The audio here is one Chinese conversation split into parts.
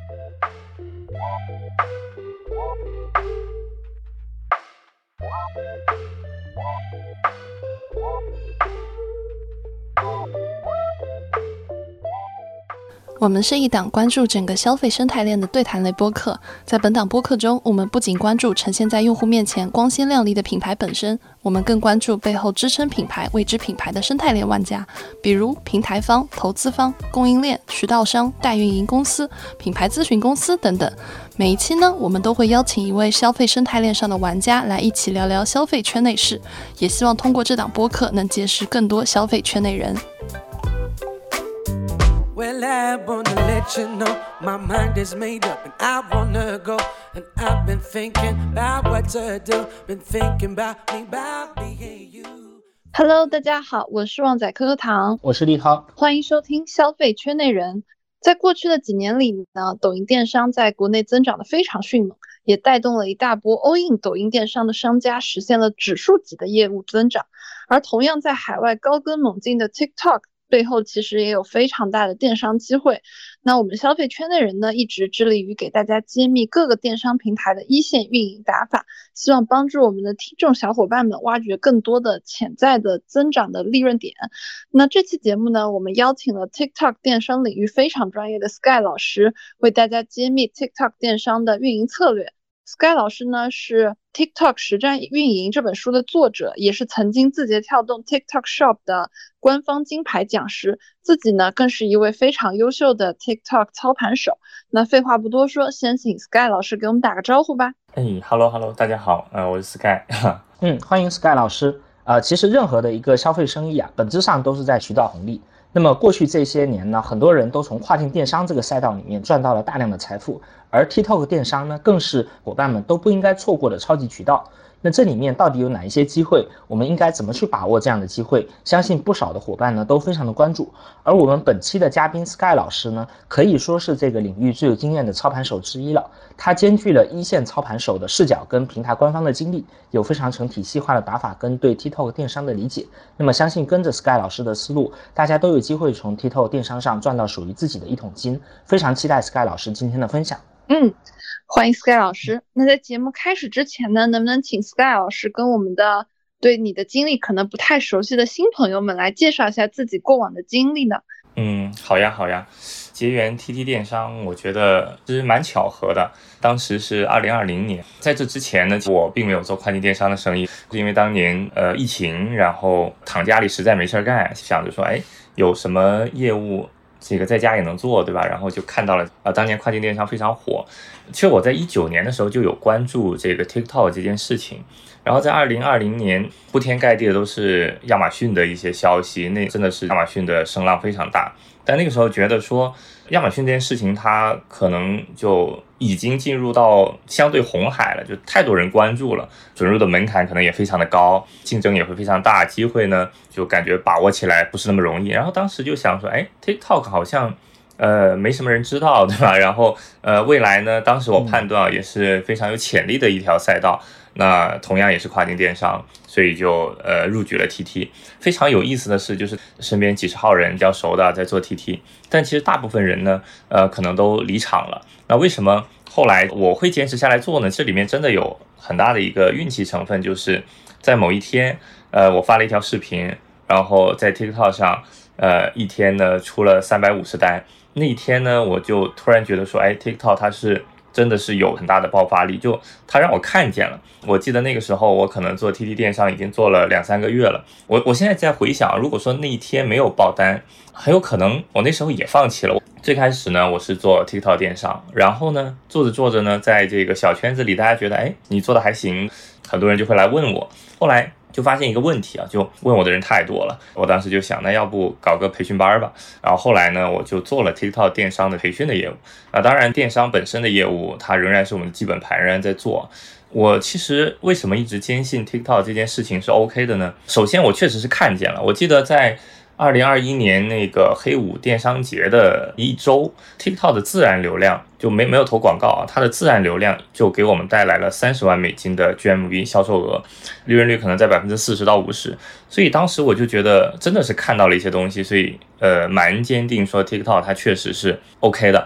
我们是一档关注整个消费生态链的对谈类播客。在本档播客中，我们不仅关注呈现在用户面前光鲜亮丽的品牌本身，我们更关注背后支撑品牌、为之品牌的生态链玩家，比如平台方、投资方、供应链、渠道商、代运营公司、品牌咨询公司等等。每一期呢，我们都会邀请一位消费生态链上的玩家来一起聊聊消费圈内事，也希望通过这档播客能结识更多消费圈内人。Well, I wanna let you know my mind is made up and I wanna go. And I've been thinking about what to do. Been thinking about me, about being you. Hello， 大家好，我是旺仔可可糖， 我是立涛， 欢迎收听消费圈内人。在过去的几年里呢，抖音电商在国内增长的非常迅猛，也带动了一大波 all in 抖音电商的商家实现了指数级的业务增长。而同样在海外高歌猛进的 TikTok背后其实也有非常大的电商机会。那我们消费圈内人呢，一直致力于给大家揭秘各个电商平台的一线运营打法，希望帮助我们的听众小伙伴们挖掘更多的潜在的增长的利润点。那这期节目呢，我们邀请了 TikTok 电商领域非常专业的 Sky 老师，为大家揭秘 TikTok 电商的运营策略。Sky 老师呢是 TikTok 实战运营这本书的作者，也是曾经字节跳动 TikTok Shop 的官方金牌讲师，自己呢更是一位非常优秀的 TikTok 操盘手。那废话不多说，先请 Sky 老师给我们打个招呼吧。 Hello， 大家好，我是 Sky。欢迎 Sky 老师。其实任何的一个消费生意本质上都是在渠道红利。那么过去这些年呢，很多人都从跨境电商这个赛道里面赚到了大量的财富，而 TikTok 电商呢，更是伙伴们都不应该错过的超级渠道。那这里面到底有哪一些机会，我们应该怎么去把握这样的机会，相信不少的伙伴呢都非常的关注。而我们本期的嘉宾 Sky 老师呢，可以说是这个领域最有经验的操盘手之一了。他兼具了一线操盘手的视角跟平台官方的经历，有非常成体系化的打法跟对 TikTok 电商的理解。那么相信跟着 Sky 老师的思路，大家都有机会从 TikTok 电商上赚到属于自己的一桶金。非常期待 Sky 老师今天的分享。 欢迎 Sky 老师。那在节目开始之前呢，能不能请 Sky 老师跟我们的对你的经历可能不太熟悉的新朋友们来介绍一下自己过往的经历呢？ 好呀。结缘 TT 电商，我觉得其实蛮巧合的。当时是2020年，在这之前呢，我并没有做跨境电商的生意，因为当年疫情，然后躺家里实在没事干，想着说，有什么业务这个在家也能做，对吧？然后就看到了当年跨境电商非常火。其实我在19年的时候就有关注这个 TikTok 这件事情，然后在2020年铺天盖地的都是亚马逊的一些消息，那真的是亚马逊的声浪非常大。但那个时候觉得说亚马逊这件事情它可能就已经进入到相对红海了，就太多人关注了，准入的门槛可能也非常的高，竞争也会非常大，机会呢就感觉把握起来不是那么容易。然后当时就想说TikTok 好像没什么人知道，对吧？然后未来呢，当时我判断也是非常有潜力的一条赛道，那同样也是跨境电商，所以就入局了 TT。非常有意思的是，就是身边几十号人比较熟的在做 TT， 但其实大部分人呢可能都离场了。那为什么后来我会坚持下来做呢？这里面真的有很大的一个运气成分，就是在某一天我发了一条视频，然后在 TikTok 上一天呢出了350单。那一天呢，我就突然觉得说TikTok 它是真的是有很大的爆发力，就它让我看见了。我记得那个时候我可能做 TT 电商已经做了2-3个月了，我现在在回想，如果说那一天没有爆单，很有可能我那时候也放弃了。最开始呢我是做 TikTok 电商，然后呢做着做着呢，在这个小圈子里大家觉得你做的还行，很多人就会来问我。后来就发现一个问题就问我的人太多了，我当时就想，那要不搞个培训班吧。然后后来呢，我就做了 TikTok 电商的培训的业务。当然电商本身的业务它仍然是我们的基本盘，仍然在做。我其实为什么一直坚信 TikTok 这件事情是 OK 的呢？首先我确实是看见了，我记得在2021年那个黑五电商节的一周 ，TikTok 的自然流量就没有投广告它的自然流量就给我们带来了$30万的 GMV 销售额，利润率可能在40%到50%，所以当时我就觉得真的是看到了一些东西，所以蛮坚定说 TikTok 它确实是 OK 的。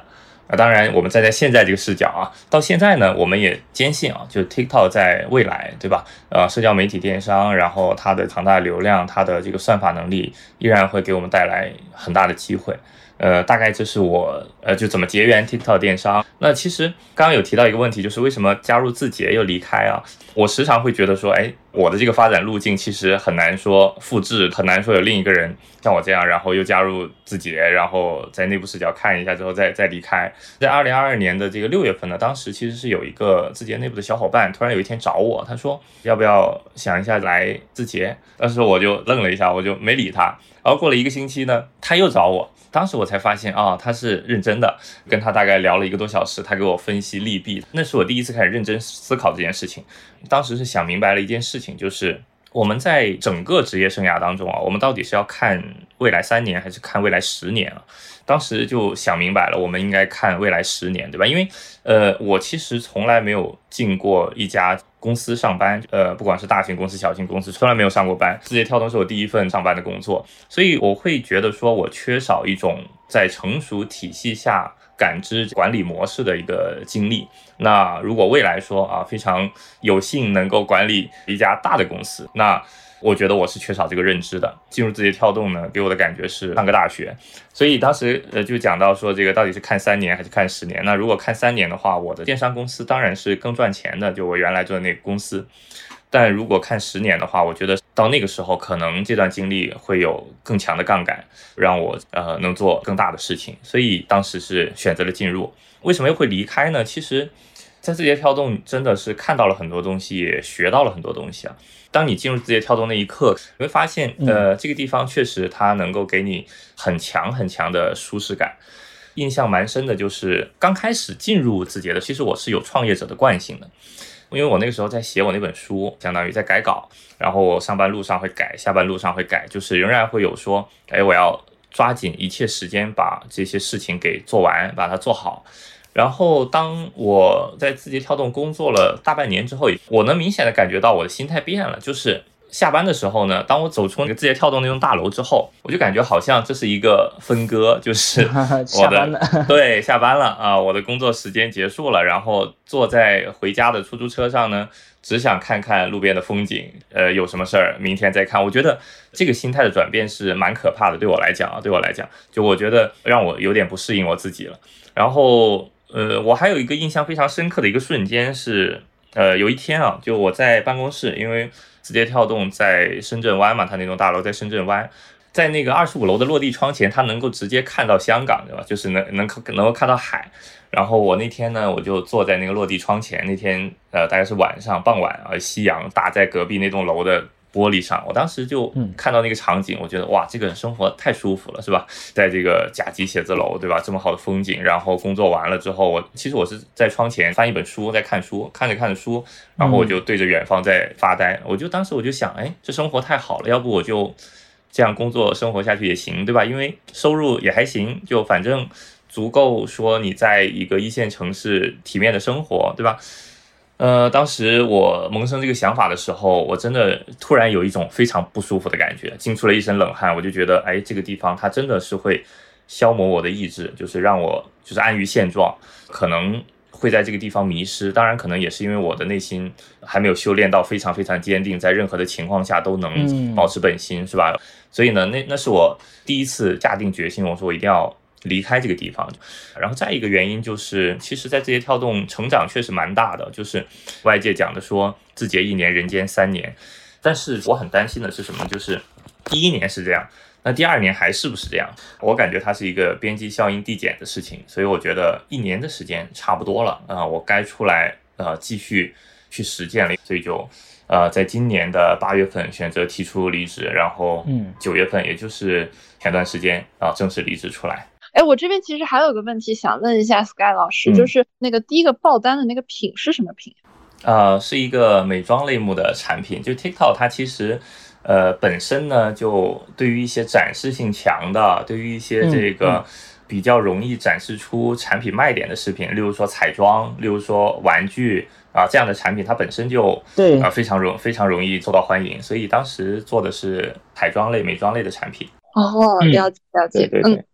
当然，我们站在现在这个视角啊，到现在呢，我们也坚信啊，就是 TikTok 在未来，对吧？社交媒体电商，然后它的庞大的流量，它的这个算法能力，依然会给我们带来很大的机会。大概这是我就怎么结缘 TikTok 电商。那其实刚刚有提到一个问题，就是为什么加入字节又离开啊？我时常会觉得说，我的这个发展路径其实很难说复制，很难说有另一个人像我这样，然后又加入字节，然后在内部视角看一下之后再离开。在2022年的这个6月份呢，当时其实是有一个字节内部的小伙伴突然有一天找我，他说要不要想一下来字节？当时我就愣了一下，我就没理他。然后过了1个星期呢，他又找我。当时我才发现他是认真的，跟他大概聊了1个多小时，他给我分析利弊，那是我第一次开始认真思考这件事情。当时是想明白了一件事情，就是我们在整个职业生涯当中我们到底是要看未来3年还是看未来10年啊？当时就想明白了，我们应该看未来10年，对吧？因为我其实从来没有进过一家公司上班，不管是大型公司、小型公司，从来没有上过班。字节跳动是我第一份上班的工作，所以我会觉得说我缺少一种在成熟体系下感知管理模式的一个经历。那如果未来说非常有幸能够管理一家大的公司，那我觉得我是缺少这个认知的。进入字节跳动呢，给我的感觉是上个大学，所以当时就讲到说这个到底是看3年还是看10年。那如果看3年的话，我的电商公司当然是更赚钱的，就我原来做的那个公司。但如果看10年的话，我觉得到那个时候可能这段经历会有更强的杠杆，让我能做更大的事情，所以当时是选择了进入。为什么又会离开呢？其实在字节跳动真的是看到了很多东西，也学到了很多东西啊。当你进入字节跳动那一刻，你会发现这个地方确实它能够给你很强很强的舒适感。印象蛮深的就是刚开始进入字节的，其实我是有创业者的惯性的，因为我那个时候在写我那本书，相当于在改稿，然后我上班路上会改，下班路上会改，就是仍然会有说我要抓紧一切时间把这些事情给做完，把它做好。然后当我在字节跳动工作了大半年之后，我能明显的感觉到我的心态变了，就是下班的时候呢，当我走出那个字节跳动那栋大楼之后，我就感觉好像这是一个分割，就是我的对，下班了我的工作时间结束了，然后坐在回家的出租车上呢，只想看看路边的风景，有什么事儿明天再看。我觉得这个心态的转变是蛮可怕的，对我来讲，就我觉得让我有点不适应我自己了。然后我还有一个印象非常深刻的一个瞬间是，有一天就我在办公室，因为字节跳动在深圳湾嘛，它那栋大楼在深圳湾，在那个25楼的落地窗前，它能够直接看到香港，对吧？就是能够看到海。然后我那天呢，我就坐在那个落地窗前，那天大概是晚上傍晚夕阳打在隔壁那栋楼的玻璃上，我当时就看到那个场景，我觉得哇，这个生活太舒服了，是吧？在这个甲级写字楼，对吧？这么好的风景，然后工作完了之后，其实我是在窗前翻一本书，在看书，看着书，然后我就对着远方在发呆。当时我就想，这生活太好了，要不我就这样工作生活下去也行，对吧？因为收入也还行，就反正足够说你在一个1线城市体面的生活，对吧？当时我萌生这个想法的时候，我真的突然有一种非常不舒服的感觉，惊出了一身冷汗。我就觉得，这个地方它真的是会消磨我的意志，就是让我就是安于现状，可能会在这个地方迷失。当然，可能也是因为我的内心还没有修炼到非常非常坚定，在任何的情况下都能保持本心，是吧？所以呢，那是我第一次下定决心，我说我一定要离开这个地方。然后再一个原因就是，其实在字节跳动成长确实蛮大的，就是外界讲的说字节1年人间3年，但是我很担心的是什么？就是第1年是这样，那第2年还是不是这样？我感觉它是一个边际效应递减的事情，所以我觉得1年的时间差不多了我该出来继续去实践了，所以就在今年的8月份选择提出离职，然后9月份也就是前段时间正式离职出来。 我这边其实还有个问题想问一下 Sky 老师，就是那个第一个爆单的那个品是什么品？ 是一个美妆类目的产品。就 TikTok 它其实本身呢，就对于一些展示性强的，对于一些这个比较容易展示出产品卖点的视频，例如说彩妆，例如说玩具这样的产品，它本身就非常容易受到欢迎，所以当时做的是彩妆类、美妆类的产品。 了解。 对。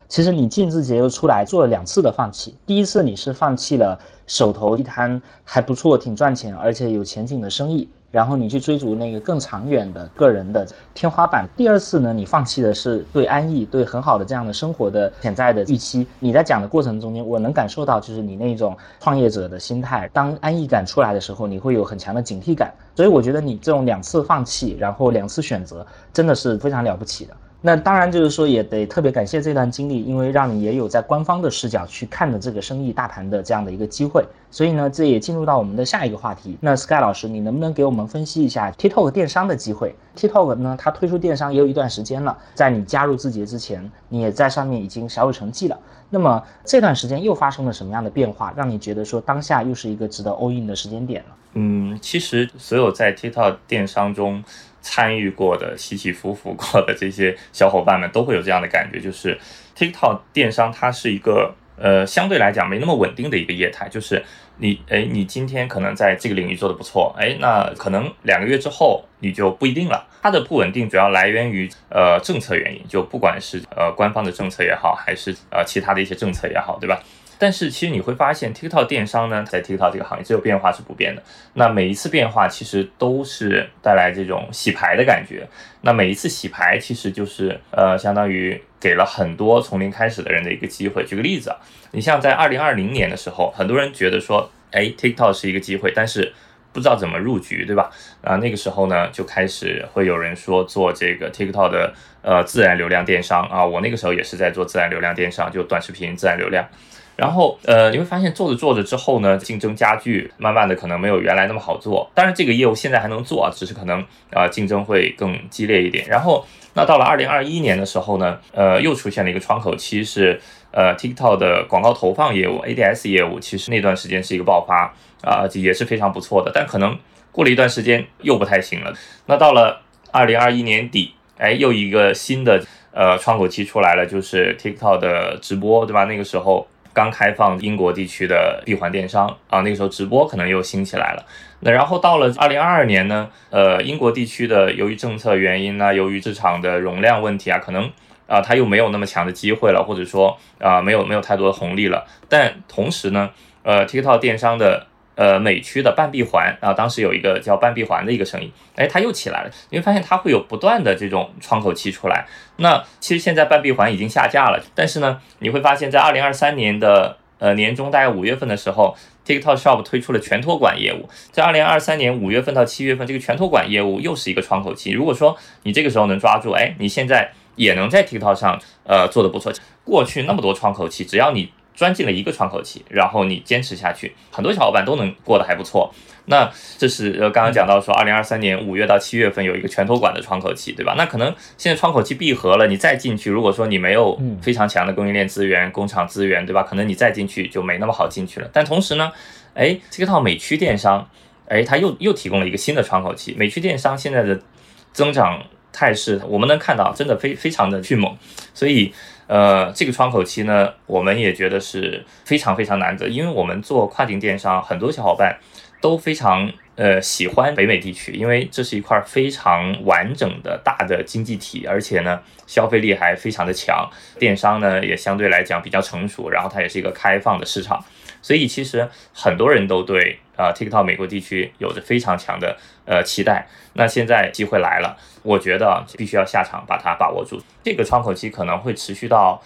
其实你尽自己又出来做了2次的放弃。第一次你是放弃了手头一摊还不错挺赚钱而且有前景的生意，然后你去追逐那个更长远的个人的天花板。第二次呢，你放弃的是对安逸对很好的这样的生活的潜在的预期。你在讲的过程中间我能感受到就是你那种创业者的心态，当安逸感出来的时候你会有很强的警惕感。所以我觉得你这种2次放弃然后2次选择真的是非常了不起的。那当然就是说也得特别感谢这段经历，因为让你也有在官方的视角去看的这个生意大盘的这样的一个机会。所以呢，这也进入到我们的下一个话题。那 Sky 老师，你能不能给我们分析一下 TikTok 电商的机会？ TikTok 呢，它推出电商也有一段时间了，在你加入字节之前，你也在上面已经小有成绩了。那么这段时间又发生了什么样的变化，让你觉得说当下又是一个值得 all in 的时间点呢？ 其实所有在 TikTok 电商中参与过的起起伏伏过的这些小伙伴们都会有这样的感觉，就是 TikTok 电商它是一个相对来讲没那么稳定的一个业态，就是你今天可能在这个领域做得不错，那可能2个月之后你就不一定了。它的不稳定主要来源于政策原因，就不管是官方的政策也好，还是其他的一些政策也好，对吧？但是其实你会发现 TikTok 电商呢，在 TikTok 这个行业只有变化是不变的。那每一次变化其实都是带来这种洗牌的感觉。那每一次洗牌其实就是相当于给了很多从零开始的人的一个机会。举个例子啊，你像在2020年的时候，很多人觉得说TikTok 是一个机会，但是不知道怎么入局，对吧？那个时候呢，就开始会有人说做这个 TikTok 的自然流量电商啊。我那个时候也是在做自然流量电商，就短视频自然流量。然后你会发现做着做着之后呢，竞争加剧，慢慢的可能没有原来那么好做。当然这个业务现在还能做，只是可能竞争会更激烈一点。然后那到了2021年的时候呢，又出现了一个窗口期，是TikTok 的广告投放业务 ADS 业务，其实那段时间是一个爆发也是非常不错的。但可能过了一段时间又不太行了。那到了2021年底，又一个新的窗口期出来了，就是 TikTok 的直播，对吧？那个时候刚开放英国地区的闭环电商那个时候直播可能又兴起来了。那然后到了2022年呢，英国地区的由于政策原因呢，由于市场的容量问题可能它又没有那么强的机会了，或者说没有太多的红利了。但同时呢TikTok 电商的美区的半闭环当时有一个叫半闭环的一个生意，它又起来了。你会发现它会有不断的这种窗口期出来。那其实现在半闭环已经下架了，但是呢，你会发现在2023年的年中大概5月份的时候，TikTok Shop 推出了全托管业务。在2023年5月份到7月份，这个全托管业务又是一个窗口期。如果说你这个时候能抓住，你现在也能在 TikTok 上做得不错。过去那么多窗口期，只要你钻进了一个窗口期，然后你坚持下去，很多小伙伴都能过得还不错。那这是刚刚讲到说2023年5月到7月份有一个全托管的窗口期，对吧？那可能现在窗口期闭合了，你再进去，如果说你没有非常强的供应链资源、工厂资源，对吧？可能你再进去就没那么好进去了。但同时呢这套美区电商它又提供了一个新的窗口期。美区电商现在的增长态势我们能看到真的非常的迅猛。所以这个窗口期呢，我们也觉得是非常非常难得。因为我们做跨境电商，很多小伙伴都非常喜欢北美地区，因为这是一块非常完整的大的经济体，而且呢消费力还非常的强，电商呢也相对来讲比较成熟，然后它也是一个开放的市场。所以其实很多人都对TikTok 美国地区有着非常强的期待。那现在机会来了，我觉得必须要下场把它把握住。这个窗口期可能会持续到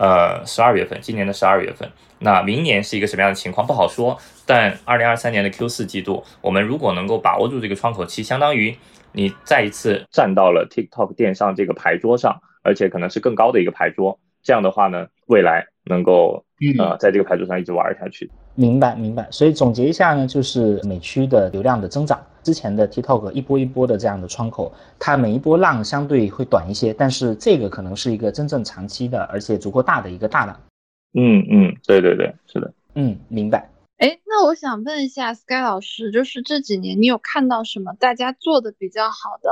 12月份，今年的12月份。那明年是一个什么样的情况不好说，但2023年的 Q4 季度，我们如果能够把握住这个窗口期，相当于你再一次站到了 TikTok 电商这个牌桌上，而且可能是更高的一个牌桌。这样的话呢，未来能够在这个牌桌上一直玩下去。 明白。所以总结一下呢，就是美区的流量的增长，之前的 TikTok 一波一波的这样的窗口，它每一波浪相对会短一些，但是这个可能是一个真正长期的而且足够大的一个大浪。 对，是的。 明白。 那我想问一下 Sky 老师，就是这几年你有看到什么大家做的比较好的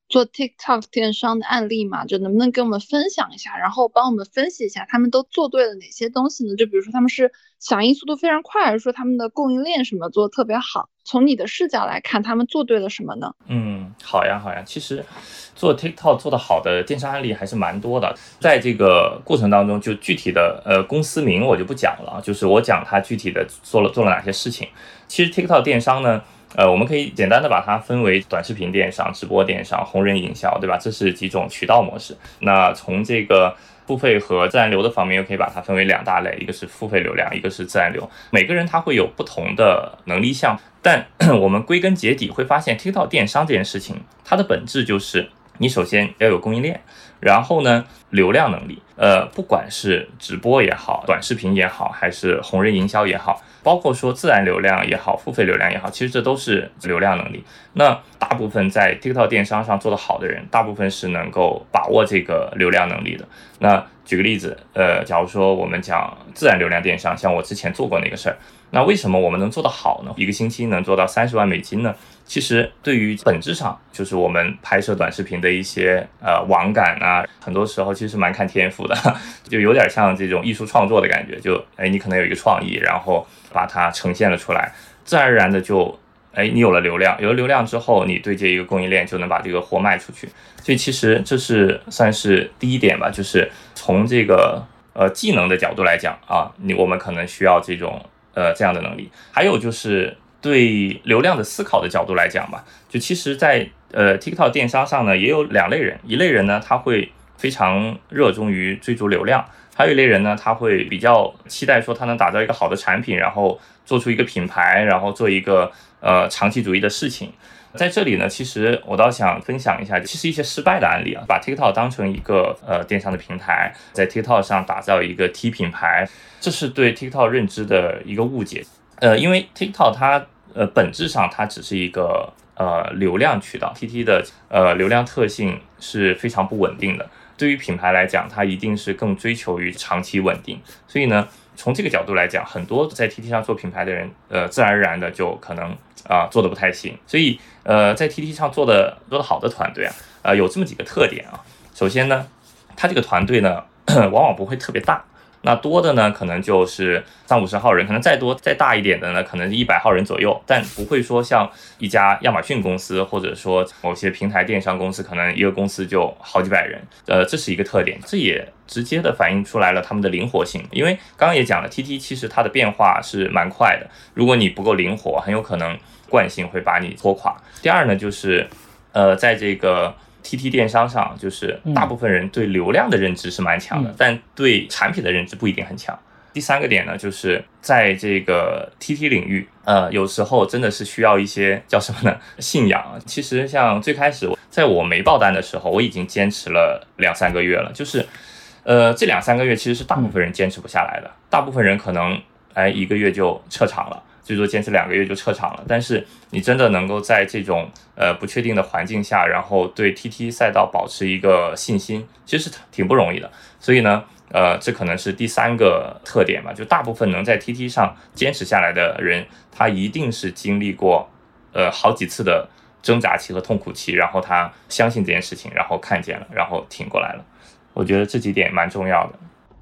做 TikTok 电商的案例嘛，就能不能跟我们分享一下，然后帮我们分析一下他们都做对了哪些东西呢？就比如说他们是响应速度非常快，还是说他们的供应链什么做的特别好？从你的视角来看，他们做对了什么呢？ 好呀，好呀。其实做 TikTok 做得好的电商案例还是蛮多的，在这个过程当中，就具体的公司名我就不讲了，就是我讲它具体的做了哪些事情。其实 TikTok 电商呢，我们可以简单的把它分为短视频电商、直播电商、红人营销，对吧？这是几种渠道模式。那从这个付费和自然流的方面，又可以把它分为2大类，一个是付费流量，一个是自然流。每个人他会有不同的能力项，但我们归根结底会发现 TikTok 电商这件事情，它的本质就是你首先要有供应链，然后呢流量能力，不管是直播也好，短视频也好，还是红人营销也好，包括说自然流量也好，付费流量也好，其实这都是流量能力。那大部分在 TikTok 电商上做得好的人，大部分是能够把握这个流量能力的。那举个例子，假如说我们讲自然流量电商，像我之前做过那个事儿，那为什么我们能做得好呢？一个星期能做到30万美金呢？其实对于本质上就是我们拍摄短视频的一些网感啊，很多时候其实蛮看天赋的，就有点像这种艺术创作的感觉，就你可能有一个创意，然后把它呈现了出来，自然而然的就你有了流量，有了流量之后，你对接一个供应链就能把这个货卖出去。所以其实这是算是第一点吧，就是从这个技能的角度来讲啊，我们可能需要这种这样的能力。还有就是对流量的思考的角度来讲吧，就其实在TikTok 电商上呢，也有2类人，一类人呢他会非常热衷于追逐流量，还有一类人呢他会比较期待说他能打造一个好的产品，然后做出一个品牌，然后做一个长期主义的事情。在这里呢，其实我倒想分享一下，其实一些失败的案例啊，把 TikTok 当成一个电商的平台，在 TikTok 上打造一个 T 品牌，这是对 TikTok 认知的一个误解。因为 TikTok 它本质上它只是一个流量渠道 ，TT 的流量特性是非常不稳定的。对于品牌来讲，它一定是更追求于长期稳定。所以呢，从这个角度来讲，很多在 TT 上做品牌的人，自然而然的就可能做得不太行。所以在 TT 上做得好的团队啊，有这么几个特点啊。首先呢，它这个团队呢，往往不会特别大。那多的呢，可能就是30-50号人，可能再多再大一点的呢，可能100号人左右，但不会说像一家亚马逊公司，或者说某些平台电商公司，可能一个公司就好几百人。这是一个特点，这也直接的反映出来了他们的灵活性。因为刚刚也讲了 ，TT 其实它的变化是蛮快的，如果你不够灵活，很有可能惯性会把你拖垮。第二呢，就是在这个TT 电商上，就是大部分人对流量的认知是蛮强的，但对产品的认知不一定很强。第3个点呢，就是在这个 TT 领域，有时候真的是需要一些叫什么呢？信仰。其实像最开始在我没爆单的时候，我已经坚持了2-3个月了，就是这2-3个月其实是大部分人坚持不下来的，大部分人可能1个月就撤场了。最多坚持2个月就撤场了，但是你真的能够在这种不确定的环境下，然后对 TT 赛道保持一个信心，其实是挺不容易的。所以呢，这可能是第3个特点吧，就大部分能在 TT 上坚持下来的人，他一定是经历过好几次的挣扎期和痛苦期，然后他相信这件事情，然后看见了，然后挺过来了。我觉得这几点蛮重要的。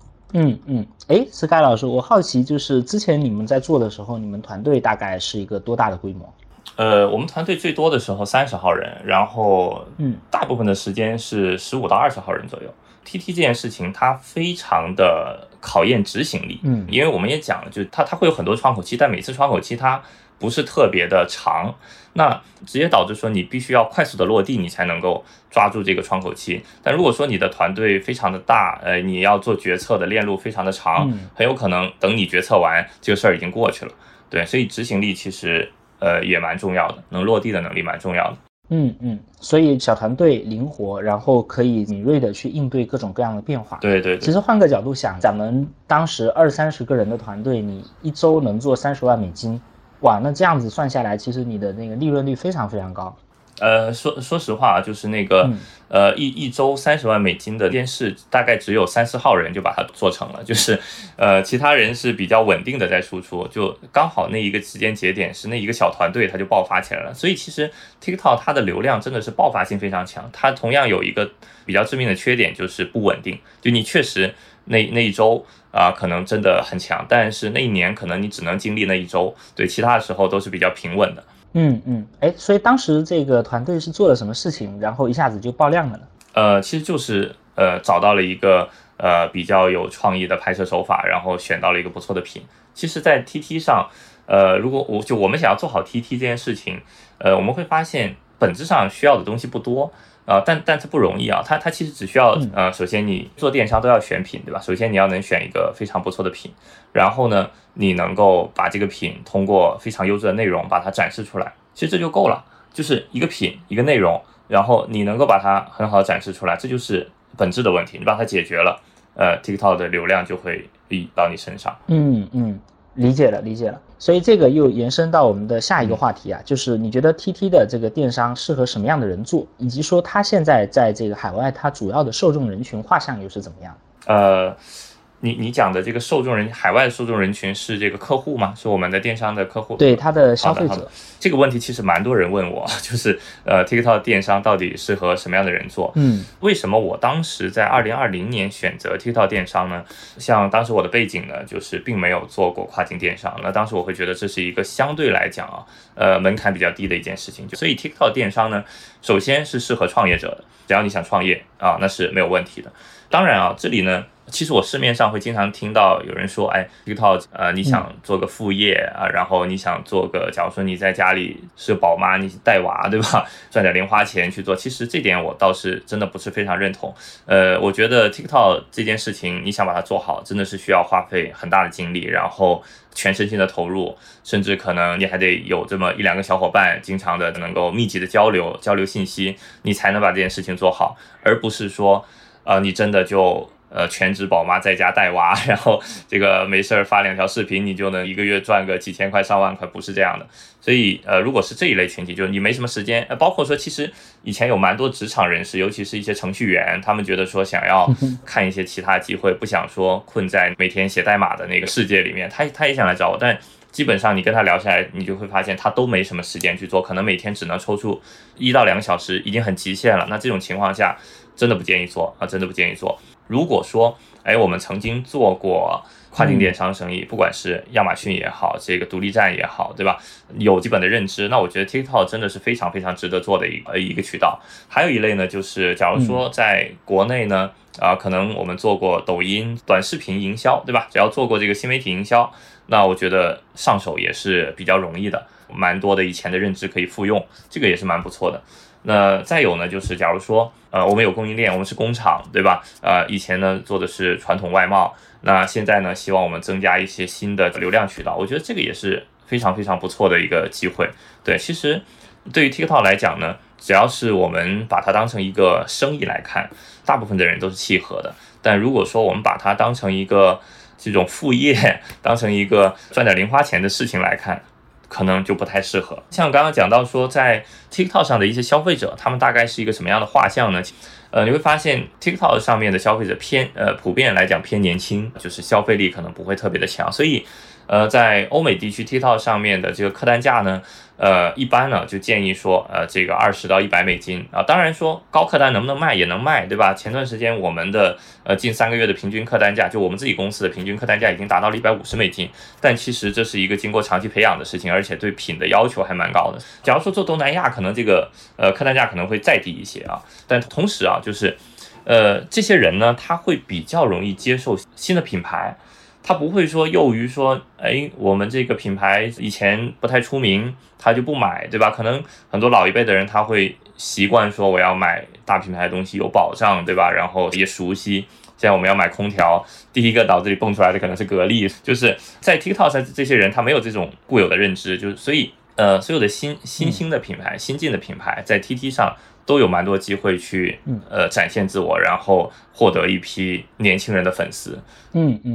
Sky 老师，我好奇，就是之前你们在做的时候，你们团队大概是一个多大的规模？ 我们团队最多的时候30号人，然后大部分的时间是15-20号人左右。TT 这件事情它非常的考验执行力，因为我们也讲了，就是它会有很多窗口期，但每次窗口期它不是特别的长，那直接导致说你必须要快速的落地，你才能够抓住这个窗口期。但如果说你的团队非常的大，你要做决策的链路非常的长，很有可能等你决策完，这个事儿已经过去了。对，所以执行力其实也蛮重要的，能落地的能力蛮重要的。 所以小团队灵活，然后可以敏锐的去应对各种各样的变化。 对。 其实换个角度想，咱们当时20-30个人的团队，你1周能做30万美金，哇，那这样子算下来，其实你的那个利润率非常非常高。 说实话，就是那个一周30万美金的电视，大概只有3-4号人就把它做成了，就是其他人是比较稳定的在输出，就刚好那一个时间节点是那一个小团队它就爆发起来了。所以其实 TikTok 它的流量真的是爆发性非常强，它同样有一个比较致命的缺点就是不稳定，就你确实那一周可能真的很强，但是那一年可能你只能经历那一周，对，其他的时候都是比较平稳的。 所以当时这个团队是做了什么事情，然后一下子就爆亮了呢？其实就是找到了一个比较有创意的拍摄手法，然后选到了一个不错的品。其实，在 TT 上，如果我们想要做好 TT 这件事情，我们会发现本质上需要的东西不多。但它不容易啊，它其实只需要首先你做电商都要选品，对吧？首先你要能选一个非常不错的品，然后呢，你能够把这个品通过非常优质的内容把它展示出来，其实这就够了，就是一个品一个内容，然后你能够把它很好的展示出来，这就是本质的问题，你把它解决了，TikTok 的流量就会到你身上。 理解了。所以这个又延伸到我们的下一个话题啊，就是你觉得 TT 的这个电商适合什么样的人做，以及说它现在在这个海外它主要的受众人群画像又是怎么样？ 你讲的这个海外的受众人群是这个客户吗？是我们的电商的客户？ 对，他的消费者。 这个问题其实蛮多人问我，就是TikTok 电商到底适合什么样的人做？为什么我当时在2020年选择 TikTok 电商呢？像当时我的背景呢，就是并没有做过跨境电商，那当时我会觉得这是一个相对来讲门槛比较低的一件事情，所以 TikTok 电商呢，首先是适合创业者的，只要你想创业那是没有问题的。当然这里呢，其实我市面上会经常听到有人说，TikTok 你想做个副业然后你想做个，假如说你在家里是宝妈，你带娃，对吧？赚点零花钱去做，其实这点我倒是真的不是非常认同。我觉得 TikTok 这件事情，你想把它做好，真的是需要花费很大的精力，然后全身心的投入，甚至可能你还得有这么1-2个小伙伴，经常的能够密集的交流信息，你才能把这件事情做好，而不是说你真的就全职宝妈在家带娃，然后这个没事发2条视频，你就能一个月赚个几千块上万块，不是这样的。所以如果是这一类群体，就是你没什么时间，包括说其实以前有蛮多职场人士，尤其是一些程序员，他们觉得说想要看一些其他机会，不想说困在每天写代码的那个世界里面，他也想来找我，但基本上你跟他聊下来，你就会发现他都没什么时间去做，可能每天只能抽出1到2个小时，已经很极限了。那这种情况下真的不建议做真的不建议做。如果说我们曾经做过跨境电商生意，不管是亚马逊也好，这个独立站也好，对吧？有基本的认知，那我觉得 TikTok 真的是非常非常值得做的一个渠道。还有一类呢，就是假如说在国内呢可能我们做过抖音短视频营销，对吧？只要做过这个新媒体营销，那我觉得上手也是比较容易的，蛮多的以前的认知可以复用，这个也是蛮不错的。那再有呢，就是假如说我们有供应链，我们是工厂，对吧？以前呢做的是传统外贸，那现在呢希望我们增加一些新的流量渠道，我觉得这个也是非常非常不错的一个机会。对，其实对于 TikTok 来讲呢，只要是我们把它当成一个生意来看，大部分的人都是契合的。但如果说我们把它当成一个这种副业，当成一个赚点零花钱的事情来看，可能就不太适合。像刚刚讲到说在 TikTok 上的一些消费者，他们大概是一个什么样的画像呢？你会发现 TikTok 上面的消费者普遍来讲偏年轻，就是消费力可能不会特别的强，所以在欧美地区 TikTok 上面的这个客单价呢一般呢就建议说这个20到100美金当然说高客单能不能卖也能卖，对吧？前段时间我们的近3个月的平均客单价，就我们自己公司的平均客单价已经达到了150美金，但其实这是一个经过长期培养的事情，而且对品的要求还蛮高的。假如说做东南亚，可能这个客单价可能会再低一些但同时就是这些人呢他会比较容易接受新的品牌，他不会说囿于说我们这个品牌以前不太出名他就不买，对吧？可能很多老一辈的人他会习惯说我要买大品牌的东西有保障，对吧？然后也熟悉，现在我们要买空调，第一个脑子里蹦出来的可能是格力，就是在 TikTok 上这些人他没有这种固有的认知，就是所以所有的新兴的品牌新进的品牌在 TT 上都有蛮多机会去展现自我，然后获得一批年轻人的粉丝。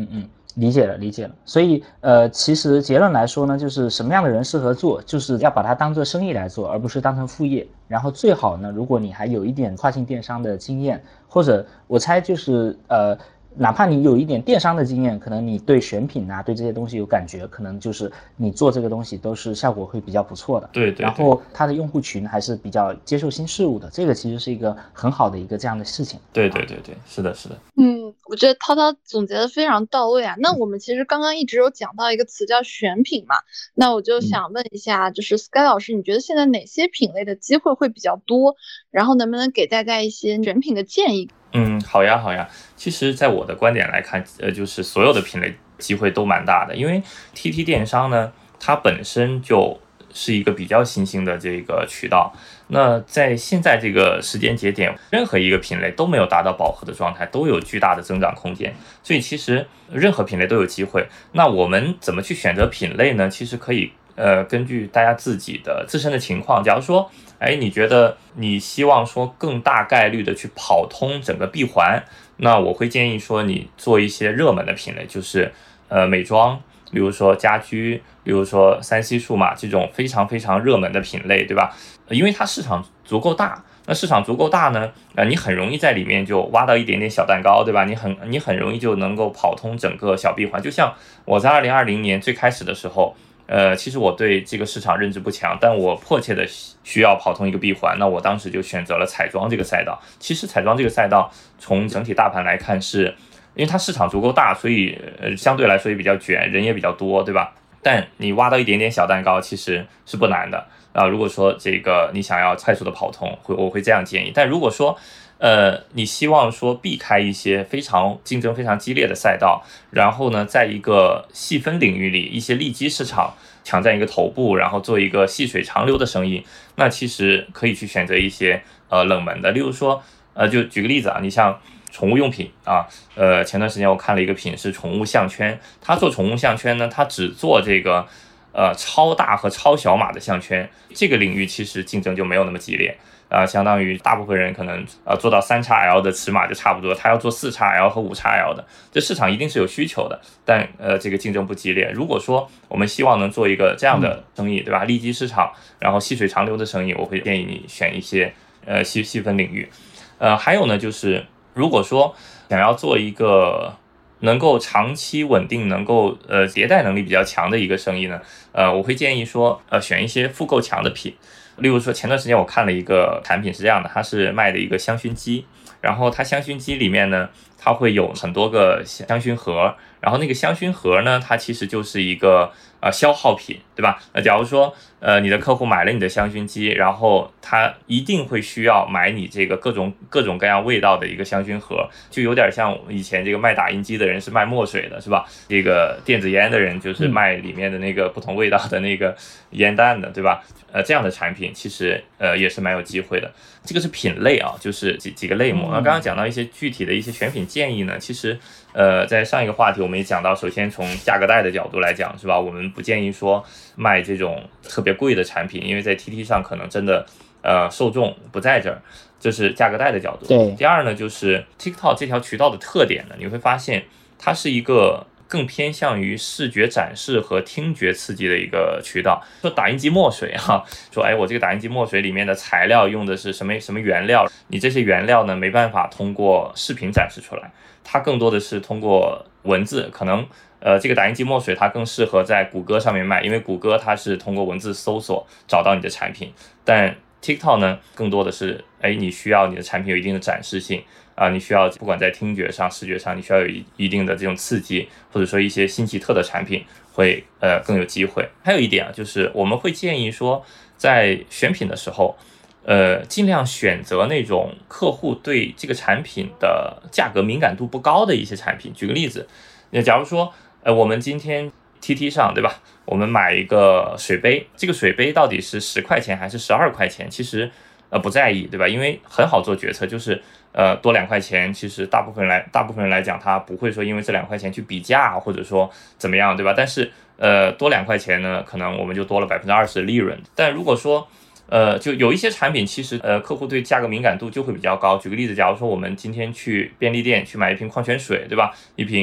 理解了，理解了。所以其实结论来说呢，就是什么样的人适合做，就是要把它当做生意来做，而不是当成副业。然后最好呢，如果你还有一点跨境电商的经验，或者我猜就是哪怕你有一点电商的经验，可能你对选品啊，对这些东西有感觉，可能就是你做这个东西都是效果会比较不错的。 对。 然后它的用户群还是比较接受新事物的，这个其实是一个很好的一个这样的事情。 对，是的。 我觉得涛涛总结的非常到位啊。那我们其实刚刚一直有讲到一个词叫选品嘛，那我就想问一下，就是 Sky 老师，你觉得现在哪些品类的机会会比较多？然后能不能给大家一些选品的建议？ 好呀。其实，在我的观点来看，就是所有的品类机会都蛮大的，因为 TT 电商呢，它本身就是一个比较新兴的这个渠道。那在现在这个时间节点，任何一个品类都没有达到饱和的状态，都有巨大的增长空间。所以其实任何品类都有机会。那我们怎么去选择品类呢？其实可以根据大家自己的自身的情况，假如说你觉得你希望说更大概率的去跑通整个闭环，那我会建议说你做一些热门的品类，就是美妆，比如说家居，比如说3C 数码这种非常非常热门的品类，对吧？因为它市场足够大。那市场足够大呢，你很容易在里面就挖到一点点小蛋糕，对吧？你很容易就能够跑通整个小闭环。就像我在2020年最开始的时候，其实我对这个市场认知不强，但我迫切的需要跑通一个闭环，那我当时就选择了彩妆这个赛道。其实彩妆这个赛道从整体大盘来看，是因为它市场足够大，所以相对来说也比较卷，人也比较多，对吧？但你挖到一点点小蛋糕其实是不难的。如果说这个你想要快速的跑通，我会这样建议。但如果说你希望说避开一些非常竞争非常激烈的赛道，然后呢，在一个细分领域里，一些利基市场抢占一个头部，然后做一个细水长流的生意，那其实可以去选择一些冷门的，例如说就举个例子啊，你像宠物用品啊，前段时间我看了一个品是宠物项圈，它做宠物项圈呢，它只做这个超大和超小码的项圈，这个领域其实竞争就没有那么激烈。相当于大部分人可能做到3XL 的尺码就差不多，他要做4XL 和5XL 的，这市场一定是有需求的，但这个竞争不激烈。如果说我们希望能做一个这样的生意，对吧？利基市场，然后细水长流的生意，我会建议你选一些细分领域。还有呢，就是如果说想要做一个能够长期稳定、能够迭代能力比较强的一个生意呢，我会建议说选一些复购强的品。例如说前段时间我看了一个产品是这样的，它是卖的一个香薰机，然后它香薰机里面呢，它会有很多个香薰盒，然后那个香薰盒呢，它其实就是一个消耗品，对吧？那假如说你的客户买了你的香薰机，然后他一定会需要买你这个各种各样味道的一个香薰盒，就有点像以前这个卖打印机的人是卖墨水的，是吧？这个电子烟的人就是卖里面的那个不同味道的那个烟弹的，对吧？这样的产品其实也是蛮有机会的。这个是品类啊，就是几个类目。那刚刚讲到一些具体的一些选品建议呢，其实在上一个话题我们也讲到，首先从价格带的角度来讲，是吧？我们不建议说卖这种特别贵的产品，因为在 TT 上可能真的受众不在这儿，这是价格带的角度。 对。 第二呢，就是 TikTok 这条渠道的特点呢，你会发现它是一个更偏向于视觉展示和听觉刺激的一个渠道。说打印机墨水啊，说我这个打印机墨水里面的材料用的是什么原料，你这些原料呢没办法通过视频展示出来，它更多的是通过文字。可能这个打印机墨水它更适合在谷歌上面卖，因为谷歌它是通过文字搜索找到你的产品，但 TikTok 呢更多的是你需要你的产品有一定的展示性你需要不管在听觉上、视觉上，你需要有一定的这种刺激，或者说一些新奇特的产品会更有机会。还有一点就是我们会建议说，在选品的时候，尽量选择那种客户对这个产品的价格敏感度不高的一些产品。举个例子，假如说我们今天 TT 上，对吧？我们买一个水杯，这个水杯到底是10块钱还是12块钱？其实不在意，对吧？因为很好做决策，就是多2块钱，其实大部分人来讲，他不会说因为这2块钱去比价，或者说怎么样，对吧？但是多2块钱呢，可能我们就多了20%的利润。但如果说就有一些产品，其实客户对价格敏感度就会比较高。举个例子，假如说我们今天去便利店去买一瓶矿泉水，对吧？一瓶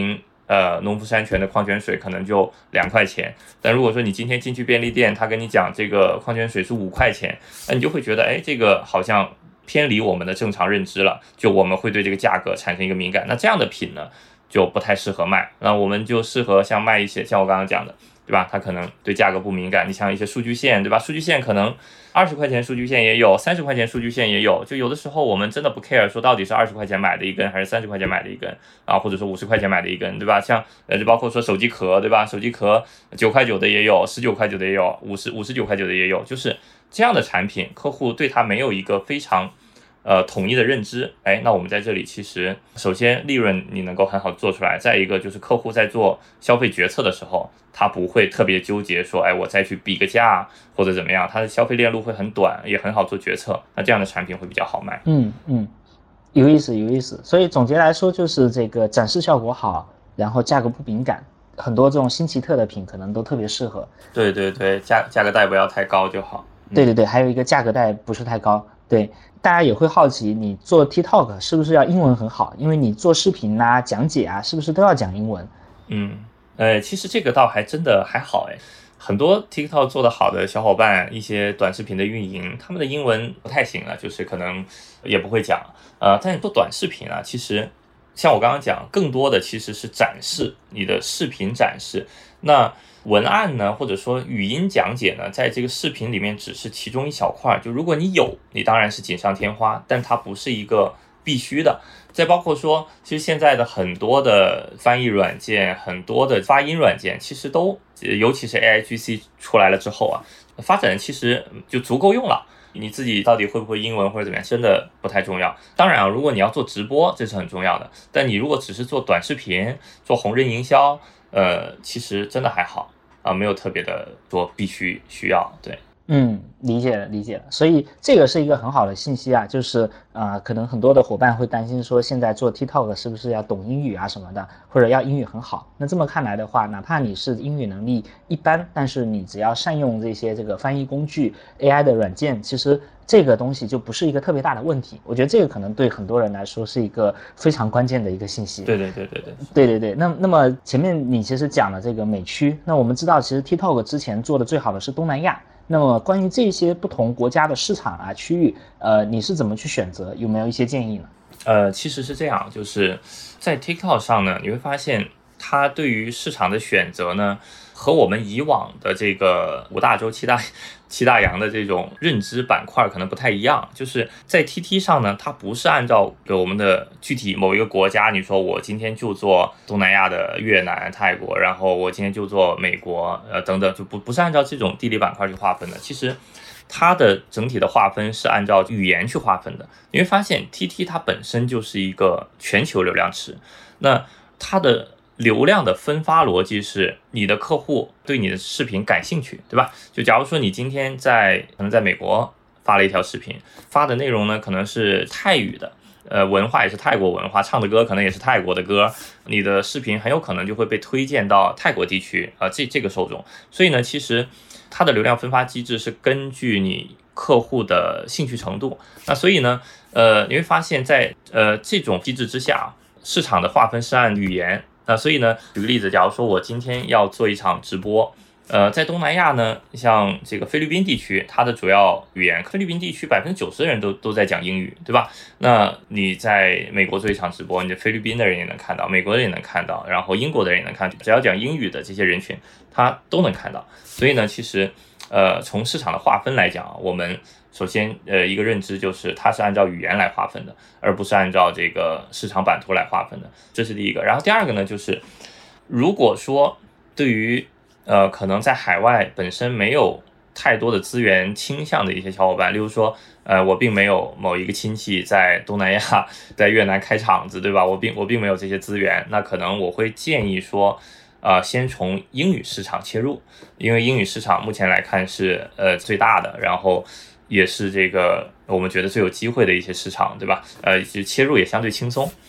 农夫山泉的矿泉水可能就2块钱，但如果说你今天进去便利店，他跟你讲这个矿泉水是5块钱，那你就会觉得，哎，这个好像偏离我们的正常认知了，就我们会对这个价格产生一个敏感。那这样的品呢，就不太适合卖。那我们就适合像卖一些像我刚刚讲的，对吧？它可能对价格不敏感。你像一些数据线，对吧？数据线可能20块钱数据线也有，30块钱数据线也有。就有的时候我们真的不 care 说到底是20块钱买的一根还是30块钱买的一根啊，或者说50块钱买的一根，对吧？像就包括说手机壳，对吧？手机壳9块9的也有，19块9的也有，59块9的也有，就是这样的产品，客户对它没有一个非常统一的认知。哎，那我们在这里其实首先利润你能够很好做出来，再一个就是客户在做消费决策的时候，他不会特别纠结说，哎，我再去比个价或者怎么样，他的消费链路会很短，也很好做决策。那这样的产品会比较好卖。 有意思。所以总结来说，就是这个展示效果好，然后价格不敏感，很多这种新奇特的品可能都特别适合。 对，价格带不要太高就好。 对，还有一个价格带不是太高。对，大家也会好奇，你做 TikTok 是不是要英文很好？因为你做视频啊、讲解啊，是不是都要讲英文？ 其实这个倒还真的还好。很多 TikTok 做得好的小伙伴，一些短视频的运营，他们的英文不太行了，就是可能也不会讲。但是做短视频啊，其实像我刚刚讲，更多的其实是展示你的视频展示。那文案呢，或者说语音讲解呢，在这个视频里面只是其中一小块。就如果你有，你当然是锦上添花，但它不是一个必须的。再包括说，其实现在的很多的翻译软件，很多的发音软件，其实都，尤其是 AIGC 出来了之后啊，发展其实就足够用了。你自己到底会不会英文或者怎么样，真的不太重要。当然啊，如果你要做直播，这是很重要的。但你如果只是做短视频、做红人营销，其实真的还好啊，没有特别的说必须需要。对。 理解了。所以这个是一个很好的信息啊，就是可能很多的伙伴会担心说，现在做 TikTok 是不是要懂英语啊什么的，或者要英语很好。那这么看来的话，哪怕你是英语能力一般，但是你只要善用这个翻译工具 AI 的软件，其实这个东西就不是一个特别大的问题。我觉得这个可能对很多人来说是一个非常关键的一个信息。对。那么前面你其实讲了这个美区，那我们知道其实 TikTok 之前做的最好的是东南亚。那么关于这些不同国家的市场啊、区域，你是怎么去选择？有没有一些建议呢？ 其实是这样，就是在 TikTok 上呢，你会发现它对于市场的选择呢，和我们以往的这个5大洲七大洋的这种认知板块可能不太一样。就是在 TT 上呢，它不是按照我们的具体某一个国家，你说我今天就做东南亚的越南、泰国，然后我今天就做美国，等等，就不是按照这种地理板块去划分的。其实它的整体的划分是按照语言去划分的。你会发现 TT 它本身就是一个全球流量池，那它的流量的分发逻辑是你的客户对你的视频感兴趣，对吧？就假如说你今天可能在美国发了一条视频，发的内容呢可能是泰语的，文化也是泰国文化，唱的歌可能也是泰国的歌，你的视频很有可能就会被推荐到泰国地区这个受众。所以呢，其实它的流量分发机制是根据你客户的兴趣程度。那所以呢，你会发现在这种机制之下，市场的划分是按语言。那所以呢，举个例子，假如说我今天要做一场直播，在东南亚呢，像这个菲律宾地区，它的主要语言，菲律宾地区90%的人都在讲英语，对吧？那你在美国做一场直播，你的菲律宾的人也能看到，美国的人也能看到，然后英国的人也能看到，只要讲英语的这些人群，他都能看到。所以呢，其实从市场的划分来讲，我们首先一个认知就是它是按照语言来划分的，而不是按照这个市场版图来划分的，这是第一个。然后第二个呢，就是如果说对于可能在海外本身没有太多的资源倾向的一些小伙伴，例如说我并没有某一个亲戚在东南亚在越南开厂子，对吧？我并没有这些资源，那可能我会建议说先从英语市场切入，因为英语市场目前来看是最大的，然后也是这个我们觉得最有机会的一些市场，对吧？就切入也相对轻松。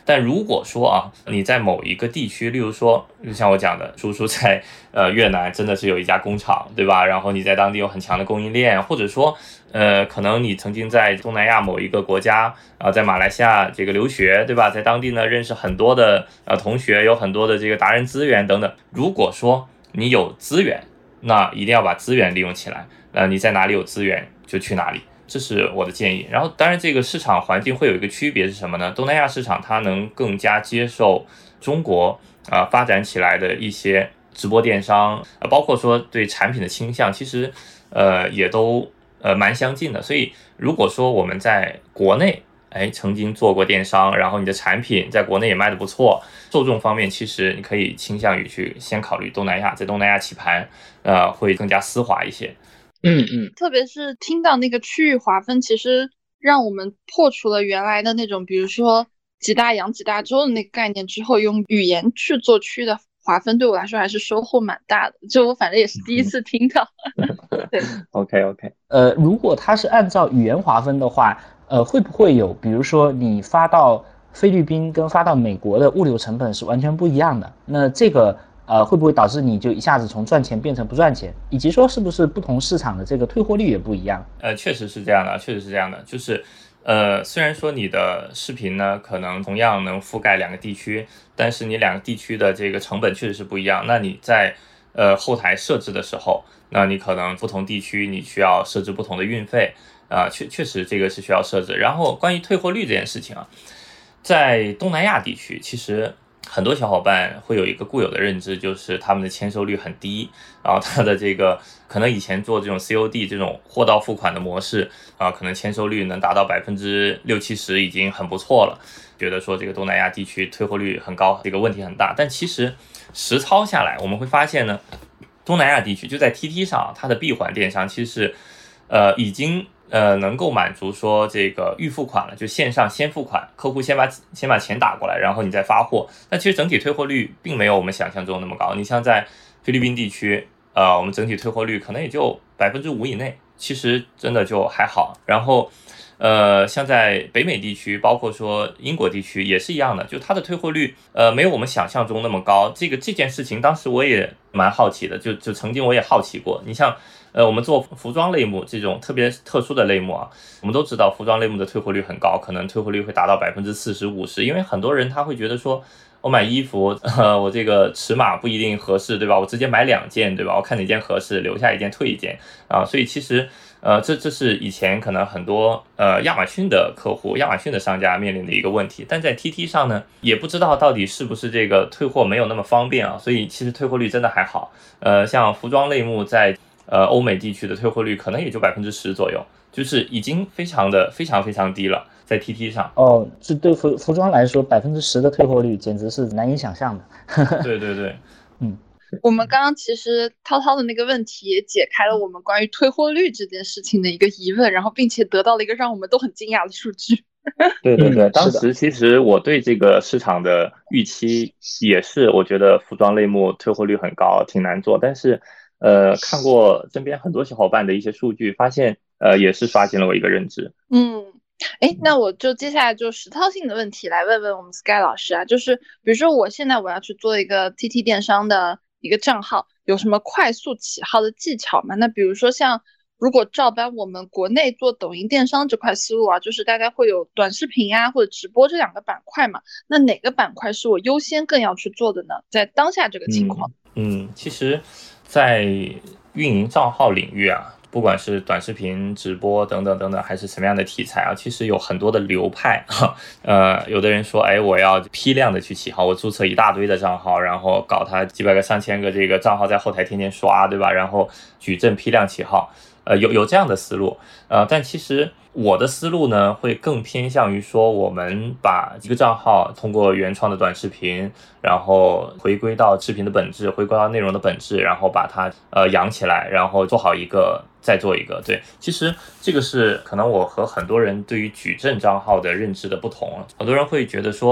但如果说啊，你在某一个地区，例如说，就像我讲的，叔叔在越南真的是有一家工厂，对吧？然后你在当地有很强的供应链，或者说可能你曾经在东南亚某一个国家在马来西亚这个留学，对吧？在当地呢认识很多的同学，有很多的这个达人资源等等。如果说你有资源，那一定要把资源利用起来。你在哪里有资源就去哪里，这是我的建议。然后当然这个市场环境会有一个区别是什么呢？东南亚市场它能更加接受中国发展起来的一些直播电商，包括说对产品的倾向，其实也都蛮相近的。所以如果说我们在国内曾经做过电商，然后你的产品在国内也卖得不错，受众方面其实你可以倾向于去先考虑东南亚，在东南亚起盘会更加丝滑一些。 特别是听到那个区域划分，其实让我们破除了原来的那种，比如说几大洋几大洲的那个概念之后，用语言去做区的划分，对我来说还是收获蛮大的。就我反正也是第一次听到。对 ，OK， 如果它是按照语言划分的话，会不会有，比如说你发到菲律宾跟发到美国的物流成本是完全不一样的？那这个会不会导致你就一下子从赚钱变成不赚钱？以及说是不是不同市场的这个退货率也不一样？ 确实是这样的，就是虽然说你的视频呢可能同样能覆盖两个地区，但是你两个地区的这个成本确实是不一样。那你在后台设置的时候，那你可能不同地区你需要设置不同的运费确实这个是需要设置。然后关于退货率这件事情在东南亚地区，其实很多小伙伴会有一个固有的认知，就是他们的签收率很低，然后他的这个可能以前做这种 COD 这种货到付款的模式可能签收率能达到60%-70%已经很不错了，觉得说这个东南亚地区退货率很高，这个问题很大。但其实实操下来，我们会发现呢，东南亚地区就在 TT 上，它的闭环电商其实已经能够满足说这个预付款了，就线上先付款，客户先把钱打过来，然后你再发货。那其实整体退货率并没有我们想象中那么高。你像在菲律宾地区，我们整体退货率可能也就5%以内，其实真的就还好。然后像在北美地区，包括说英国地区也是一样的，就它的退货率没有我们想象中那么高。这件事情当时我也蛮好奇的，就曾经我也好奇过。你像我们做服装类目这种特别特殊的类目我们都知道服装类目的退货率很高，可能退货率会达到40%-50%，因为很多人他会觉得说我买衣服我这个尺码不一定合适，对吧？我直接买2件，对吧？我看哪件合适留下1件退1件所以其实这是以前可能很多亚马逊的客户、亚马逊的商家面临的一个问题。但在 TT 上呢，也不知道到底是不是这个退货没有那么方便所以其实退货率真的还好。像服装类目在欧美地区的退货率可能也就10%左右，就是已经非常非常低了，在 TT 上。 这对服装来说10%的退货率简直是难以想象的。 对， 我们刚刚其实涛涛的那个问题也解开了我们关于退货率这件事情的一个疑问，然后并且得到了一个让我们都很惊讶的数据。 对，当时其实我对这个市场的预期也是，我觉得服装类目退货率很高，挺难做。但是看过身边很多小伙伴的一些数据，发现也是刷新了我一个认知。 那我就接下来就实操性的问题来问问我们 Sky 老师就是比如说我现在我要去做一个 TT 电商的一个账号，有什么快速起号的技巧吗？那比如说像如果照搬我们国内做抖音电商这块思路就是大概会有短视频或者直播这2个板块嘛，那哪个板块是我优先更要去做的呢？在当下这个情况。 其实在运营账号领域不管是短视频、直播等等等等，还是什么样的题材其实有很多的流派有的人说，我要批量的去起号，我注册一大堆的账号，然后搞它几百个、3000个这个账号在后台天天刷，对吧？然后矩阵批量起号，有这样的思路，但其实我的思路呢，会更偏向于说，我们把一个账号通过原创的短视频，然后回归到视频的本质，回归到内容的本质，然后把它养起来，然后做好一个，再做一个。对，其实这个是可能我和很多人对于矩阵账号的认知的不同。很多人会觉得说，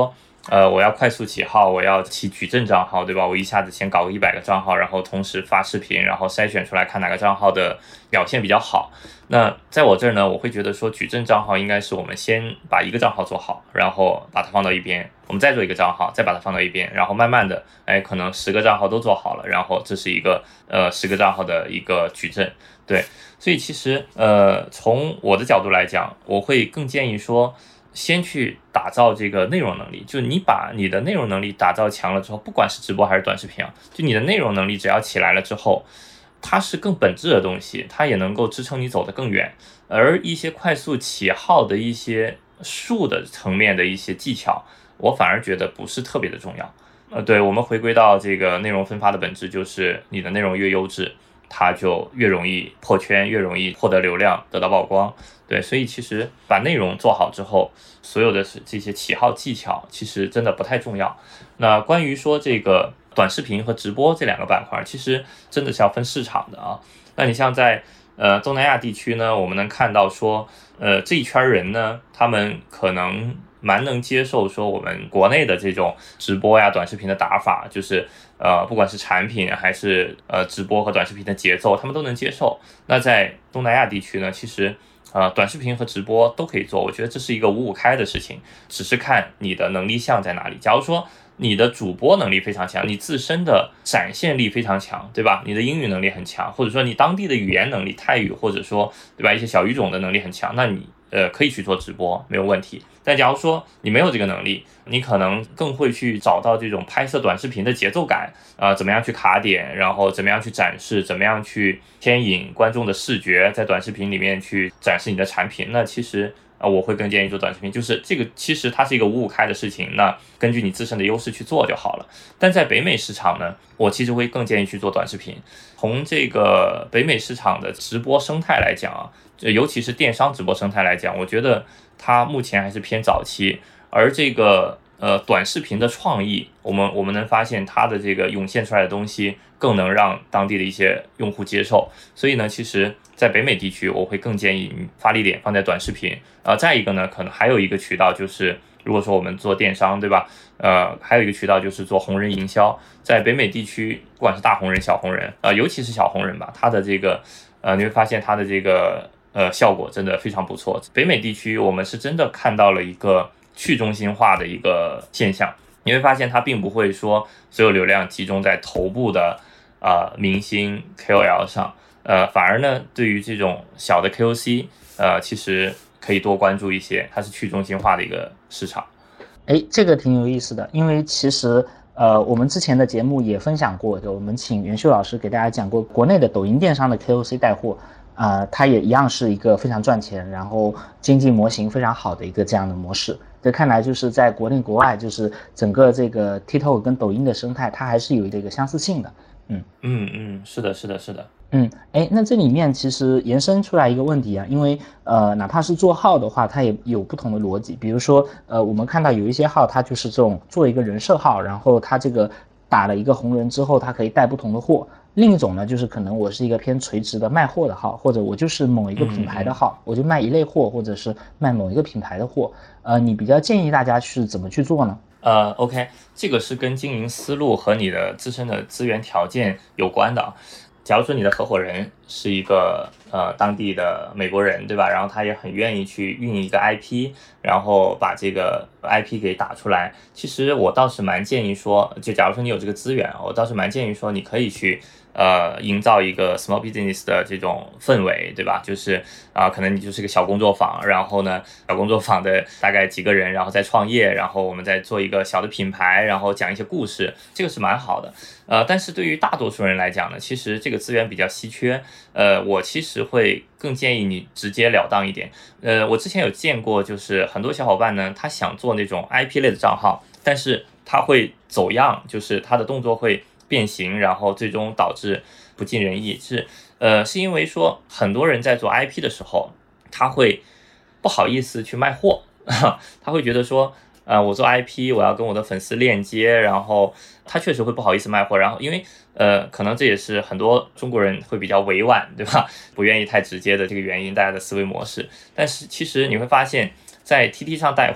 我要快速起号，我要起矩阵账号，对吧？我一下子先搞个100个账号，然后同时发视频，然后筛选出来看哪个账号的表现比较好。那在我这儿呢，我会觉得说矩阵账号应该是我们先把一个账号做好，然后把它放到一边，我们再做一个账号，再把它放到一边，然后慢慢的，可能10个账号都做好了，然后这是一个10个账号的一个矩阵。对，所以其实从我的角度来讲，我会更建议说，先去打造这个内容能力，就你把你的内容能力打造强了之后，不管是直播还是短视频啊，就你的内容能力只要起来了之后，它是更本质的东西，它也能够支撑你走得更远。而一些快速起号的一些术的层面的一些技巧，我反而觉得不是特别的重要。对，我们回归到这个内容分发的本质，就是你的内容越优质，它就越容易破圈，越容易获得流量，得到曝光。对，所以其实把内容做好之后，所有的这些起号技巧其实真的不太重要。那关于说这个短视频和直播这2个板块，其实真的是要分市场的啊。那你像在东南亚地区呢，我们能看到说这一圈人呢，他们可能蛮能接受说我们国内的这种直播呀短视频的打法，就是不管是产品还是直播和短视频的节奏，他们都能接受。那在东南亚地区呢，其实短视频和直播都可以做，我觉得这是一个五五开的事情，只是看你的能力项在哪里。假如说你的主播能力非常强，你自身的展现力非常强，对吧？你的英语能力很强，或者说你当地的语言能力，泰语或者说对吧一些小语种的能力很强，那你可以去做直播，没有问题。但假如说你没有这个能力，你可能更会去找到这种拍摄短视频的节奏感，怎么样去卡点，然后怎么样去展示，怎么样去牵引观众的视觉，在短视频里面去展示你的产品。那其实我会更建议做短视频，就是这个其实它是一个五五开的事情，那根据你自身的优势去做就好了。但在北美市场呢，我其实会更建议去做短视频。从这个北美市场的直播生态来讲啊，尤其是电商直播生态来讲，我觉得它目前还是偏早期，而这个短视频的创意，我们能发现它的这个涌现出来的东西更能让当地的一些用户接受。所以呢，其实在北美地区，我会更建议你发力点放在短视频。再一个呢，可能还有一个渠道就是，如果说我们做电商，对吧？还有一个渠道就是做红人营销。在北美地区，不管是大红人、小红人，尤其是小红人吧，它的这个你会发现它的这个效果真的非常不错。北美地区我们是真的看到了一个去中心化的一个现象，你会发现它并不会说所有流量集中在头部的明星 KOL 上，反而呢对于这种小的 KOC 其实可以多关注一些，它是去中心化的一个市场。 这个挺有意思的，因为其实我们之前的节目也分享过，就我们请袁秀老师给大家讲过国内的抖音电商的 KOC 带货，它也一样是一个非常赚钱，然后经济模型非常好的一个这样的模式。这看来就是在国内国外，就是整个这个 TikTok 跟抖音的生态，它还是有这个相似性的。 是的，是的，是的。 那这里面其实延伸出来一个问题啊，因为哪怕是做号的话，它也有不同的逻辑。比如说我们看到有一些号，它就是这种做一个人设号，然后它这个打了一个红人之后，它可以带不同的货。另一种呢，就是可能我是一个偏垂直的卖货的号，或者我就是某一个品牌的号，我就卖一类货，或者是卖某一个品牌的货。你比较建议大家是怎么去做呢 ？OK， 这个是跟经营思路和你的自身的资源条件有关的。假如说你的合伙人是一个当地的美国人，对吧？然后他也很愿意去运营一个 IP， 然后把这个 IP 给打出来。其实我倒是蛮建议说，就假如说你有这个资源，我倒是蛮建议说你可以去营造一个 small business 的这种氛围，对吧？就是可能你就是个小工作坊，然后呢，小工作坊的大概几个人，然后再创业，然后我们再做一个小的品牌，然后讲一些故事，这个是蛮好的。但是对于大多数人来讲呢，其实这个资源比较稀缺。我其实会更建议你直截了当一点。我之前有见过，就是很多小伙伴呢，他想做那种 IP 类的账号，但是他会走样，就是他的动作会变形，然后最终导致不尽人意。是因为说很多人在做 IP 的时候，他会不好意思去卖货，他会觉得说我做 IP 我要跟我的粉丝链接，然后他确实会不好意思卖货，然后因为可能这也是很多中国人会比较委婉，对吧？不愿意太直接的这个原因，大家的思维模式。但是其实你会发现在 TT 上带货，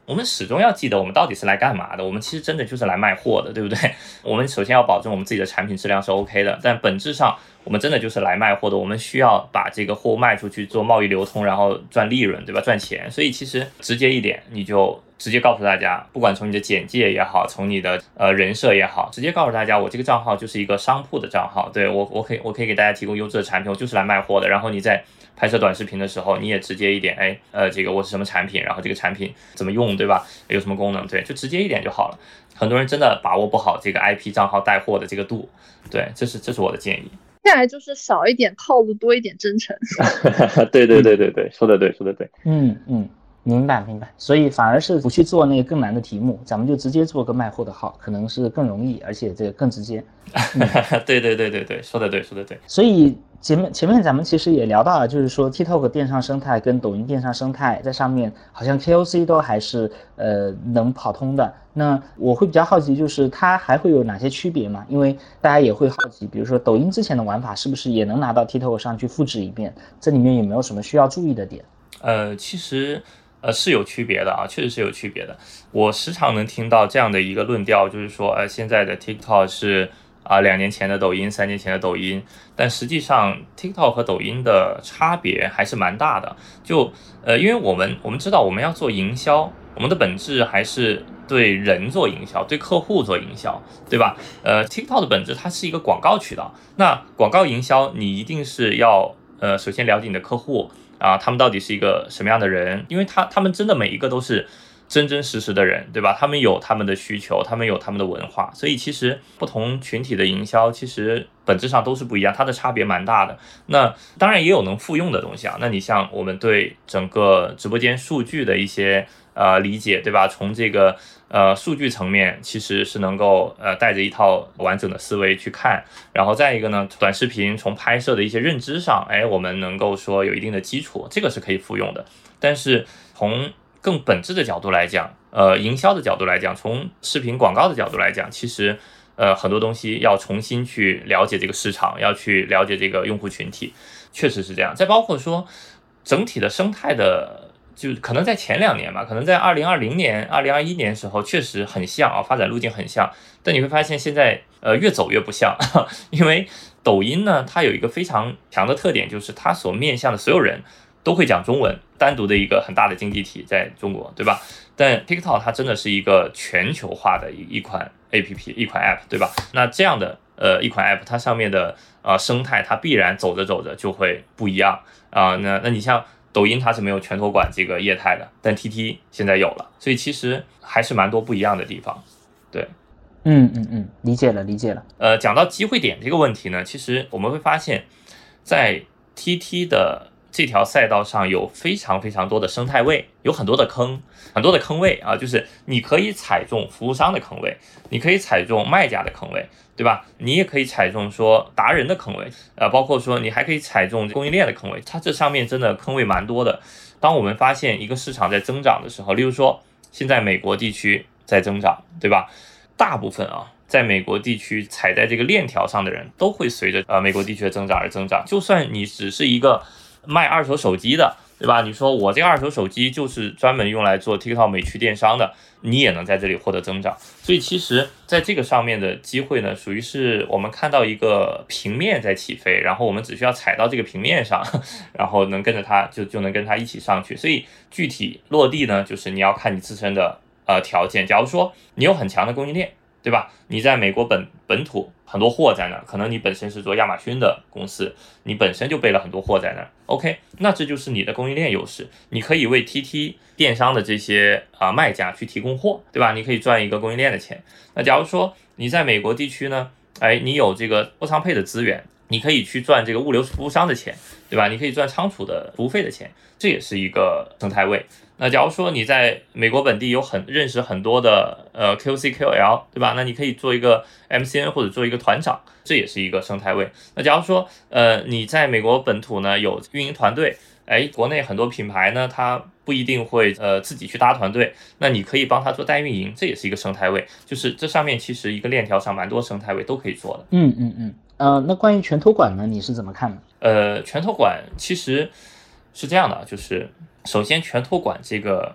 我们始终要记得我们到底是来干嘛的，我们其实真的就是来卖货的，对不对？我们首先要保证我们自己的产品质量是 OK 的，但本质上我们真的就是来卖货的，我们需要把这个货卖出去做贸易流通，然后赚利润，对吧？赚钱。所以其实直接一点，你就直接告诉大家，不管从你的简介也好，从你的人设也好，直接告诉大家，我这个账号就是一个商铺的账号，对，我可以给大家提供优质的产品，我就是来卖货的。然后你在拍摄短视频的时候，你也直接一点，这个我是什么产品，然后这个产品怎么用，对吧？有什么功能，对，就直接一点就好了。很多人真的把握不好这个 IP 账号带货的这个度，对，这是我的建议。 下来就是少一点套路，多一点真诚。 对，说的对。 明白。所以反而是不去做那个更难的题目，咱们就直接做个卖货的号，可能是更容易，而且这个更直接。 对，说的对。 所以前面咱们其实也聊到了，就是说 TikTok 电商生态跟抖音电商生态在上面，好像 KOC 都还是能跑通的。那我会比较好奇，就是它还会有哪些区别吗？因为大家也会好奇，比如说抖音之前的玩法是不是也能拿到 TikTok 上去复制一遍？这里面有没有什么需要注意的点？ 其实是有区别的啊，确实是有区别的。我时常能听到这样的一个论调，就是说现在的 TikTok 是2年前的抖音，3年前的抖音，但实际上 TikTok 和抖音的差别还是蛮大的。就因为我们知道我们要做营销，我们的本质还是对人做营销，对客户做营销，对吧？TikTok 的本质它是一个广告渠道，那广告营销你一定是要首先了解你的客户他们到底是一个什么样的人，因为他们真的每一个都是真真实实的人，对吧？他们有他们的需求，他们有他们的文化，所以其实不同群体的营销其实本质上都是不一样，它的差别蛮大的。那当然也有能复用的东西那你像我们对整个直播间数据的一些理解，对吧？从这个数据层面其实是能够带着一套完整的思维去看，然后再一个呢，短视频从拍摄的一些认知上，我们能够说有一定的基础，这个是可以复用的。但是从更本质的角度来讲，营销的角度来讲，从视频广告的角度来讲，其实很多东西要重新去了解这个市场，要去了解这个用户群体，确实是这样。再包括说整体的生态的，就可能在前2年吧，可能在2020年、2021年的时候确实很像发展路径很像，但你会发现现在越走越不像，因为抖音呢，它有一个非常强的特点，就是它所面向的所有人都会讲中文，单独的一个很大的经济体在中国，对吧？但 TikTok 它真的是一个全球化的一款 APP， 一款 App， 对吧？那这样的一款 App， 它上面的生态，它必然走着走着就会不一样那你像抖音它是没有全托管这个业态的，但 TT 现在有了，所以其实还是蛮多不一样的地方。对， 理解了。 讲到机会点这个问题呢，其实我们会发现，在 TT 的这条赛道上有非常非常多的生态位，有很多的坑位就是你可以踩中服务商的坑位，你可以踩中卖家的坑位，对吧？你也可以踩中说达人的坑位包括说你还可以踩中供应链的坑位，它这上面真的坑位蛮多的。当我们发现一个市场在增长的时候，例如说现在美国地区在增长，对吧？大部分在美国地区踩在这个链条上的人都会随着美国地区的增长而增长。就算你只是一个卖二手手机的，对吧？你说我这个二手手机就是专门用来做 TikTok 美区电商的，你也能在这里获得增长。所以其实在这个上面的机会呢，属于是我们看到一个平面在起飞，然后我们只需要踩到这个平面上，然后能跟着它就能跟它一起上去。所以具体落地呢，就是你要看你自身的条件。假如说你有很强的供应链，对吧？你在美国本土很多货在那儿，可能你本身是做亚马逊的公司，你本身就备了很多货在那儿 ，OK， 那这就是你的供应链优势，你可以为 TT 电商的这些卖家去提供货，对吧？你可以赚一个供应链的钱。那假如说你在美国地区呢，你有这个货仓配的资源，你可以去赚这个物流服务商的钱，对吧？你可以赚仓储的服务费的钱，这也是一个生态位。那假如说你在美国本地有认识很多的KOC KOL， 对吧？那你可以做一个 MCN 或者做一个团长，这也是一个生态位。那假如说你在美国本土呢有运营团队，国内很多品牌呢它不一定会自己去搭团队，那你可以帮他做代运营，这也是一个生态位。就是这上面其实一个链条上蛮多生态位都可以做的。 那关于全托管呢，你是怎么看的？全托管其实是这样的，就是首先全托管这个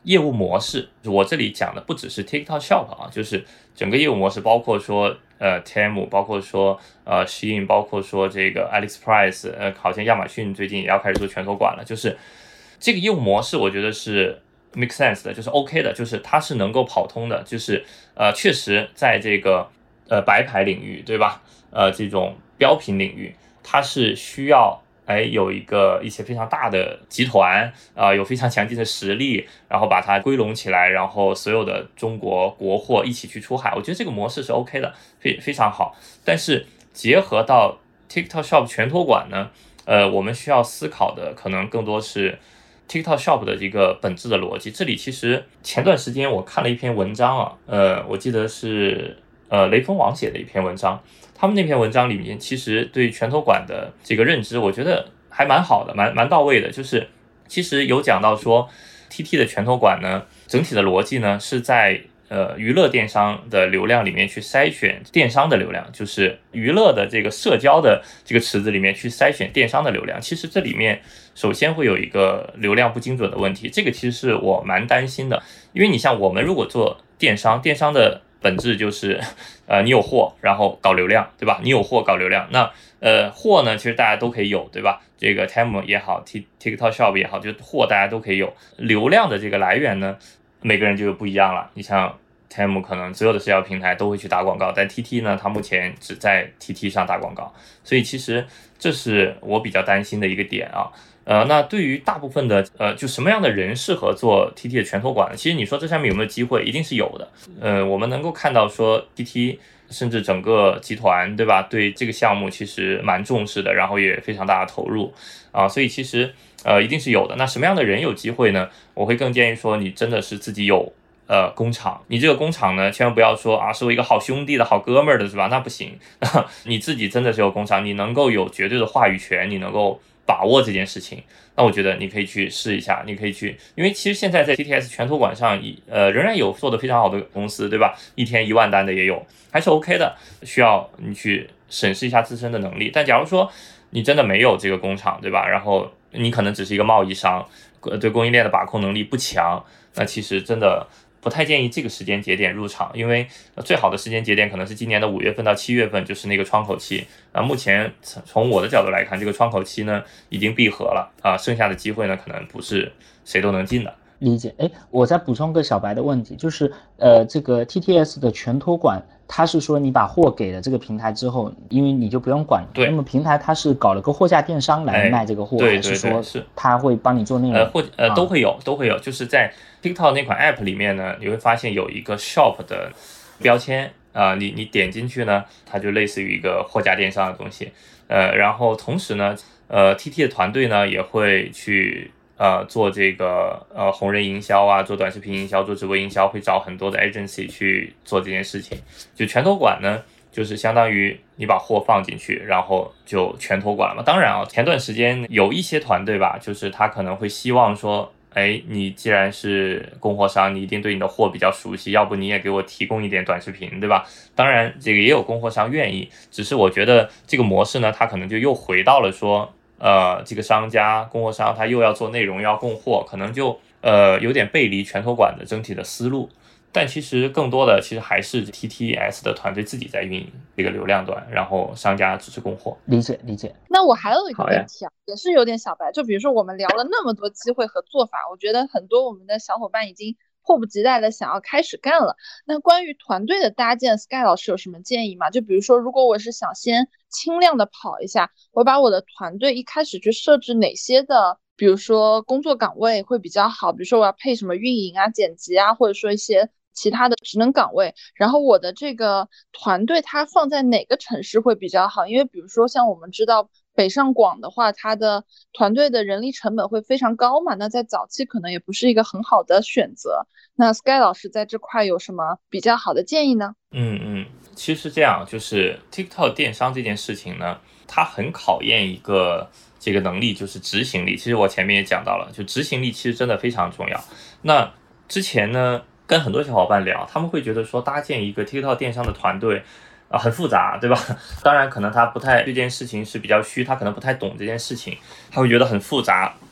业务模式，我这里讲的不只是 TikTok Shop 啊，就是整个业务模式，包括说Temu， 包括说Shein， 包括说这个 AliExpress， 好像亚马逊最近也要开始做拳头馆了，就是这个业务模式，我觉得是 make sense 的，就是 OK 的，就是它是能够跑通的，就是确实在这个白牌领域，对吧？这种标品领域，它是需要有一些非常大的集团有非常强劲的实力，然后把它归拢起来，然后所有的中国国货一起去出海，我觉得这个模式是 OK 的，非常好。但是结合到 TikTok Shop 拳头馆呢，我们需要思考的可能更多是 TikTok Shop 的一个本质的逻辑。这里其实前段时间我看了一篇文章啊，我记得是雷锋网写的一篇文章。他们那篇文章里面其实对拳头馆的这个认知，我觉得还蛮好的，蛮到位的。就是其实有讲到说 TT 的拳头馆呢，整体的逻辑呢是在娱乐电商的流量里面去筛选电商的流量，就是娱乐的这个社交的这个池子里面去筛选电商的流量。其实这里面首先会有一个流量不精准的问题，这个其实是我蛮担心的。因为你像我们如果做电商的本质就是你有货然后搞流量，对吧？你有货搞流量，那货呢其实大家都可以有，对吧？这个 Temu 也好 TikTok Shop 也好，就货大家都可以有。流量的这个来源呢，每个人就不一样了。你像 Temu 可能所有的社交平台都会去打广告，但 TT 呢，它目前只在 TT 上打广告，所以其实这是我比较担心的一个点啊。那对于大部分的就什么样的人适合做 TT 的拳头馆呢？其实你说这上面有没有机会，一定是有的。我们能够看到说 TT 甚至整个集团，对吧？对这个项目其实蛮重视的，然后也非常大的投入啊，所以其实一定是有的。那什么样的人有机会呢？我会更建议说，你真的是自己有工厂，你这个工厂呢，千万不要说啊，是我一个好兄弟的好哥们儿的，是吧？那不行，你自己真的是有工厂，你能够有绝对的话语权，你能够把握这件事情，那我觉得你可以去试一下，你可以去，因为其实现在在 TTS 拳头馆上，仍然有做得非常好的公司，对吧？一天1万单的也有，还是 OK 的，需要你去审视一下自身的能力。但假如说你真的没有这个工厂，对吧？然后你可能只是一个贸易商，对供应链的把控能力不强，那其实真的不太建议这个时间节点入场，因为最好的时间节点可能是今年的5月份到7月份，就是那个窗口期。目前从我的角度来看，这个窗口期呢已经闭合了啊，剩下的机会呢可能不是谁都能进的。 理解。我再补充个小白的问题，就是这个 TTS 的拳头馆，它是说你把货给了这个平台之后，因为你就不用管， 对， 那么平台它是搞了个货架电商来卖这个货， 对， 还是说它会帮你做内容？ 都会有，就是在 TikTok 那款 App 里面呢，你会发现有一个 Shop 的标签啊，你点进去呢，它就类似于一个货架电商的东西，然后同时呢，TT 的团队呢也会去做这个红人营销啊，做短视频营销，做直播营销，会找很多的 agency 去做这件事情。就拳头馆呢，就是相当于你把货放进去，然后就拳头馆了嘛。当然啊，前段时间有一些团队吧，就是他可能会希望说，你既然是供货商，你一定对你的货比较熟悉，要不你也给我提供一点短视频，对吧？当然，这个也有供货商愿意，只是我觉得这个模式呢，它可能就又回到了说，这个商家供货商他又要做内容，又要供货，可能就有点背离拳头馆的整体的思路。但其实更多的其实还是 TTS 的团队自己在运营这个流量端，然后商家只是供货。 理解。 那我还有一个问题啊，也是有点小白，就比如说我们聊了那么多机会和做法，我觉得很多我们的小伙伴已经迫不及待的想要开始干了。那关于团队的搭建 ，Sky 老师有什么建议吗？就比如说，如果我是想先轻量的跑一下，我把我的团队一开始去设置哪些的，比如说工作岗位会比较好，比如说我要配什么运营啊、剪辑啊，或者说一些其他的职能岗位，然后我的这个团队它放在哪个城市会比较好？因为比如说像我们知道北上广的话，它的团队的人力成本会非常高嘛，那在早期可能也不是一个很好的选择。那 Sky 老师在这块有什么比较好的建议呢？ 其实这样，就是 TikTok 电商这件事情呢，它很考验一个这个能力，就是执行力。其实我前面也讲到了，就执行力其实真的非常重要。那之前呢，跟很多小伙伴聊，他们会觉得说搭建一个 TikTok 电商的团队很复杂，对吧？当然可能他不太这件事情是比较虚，他可能不太懂这件事情，他会觉得很复杂，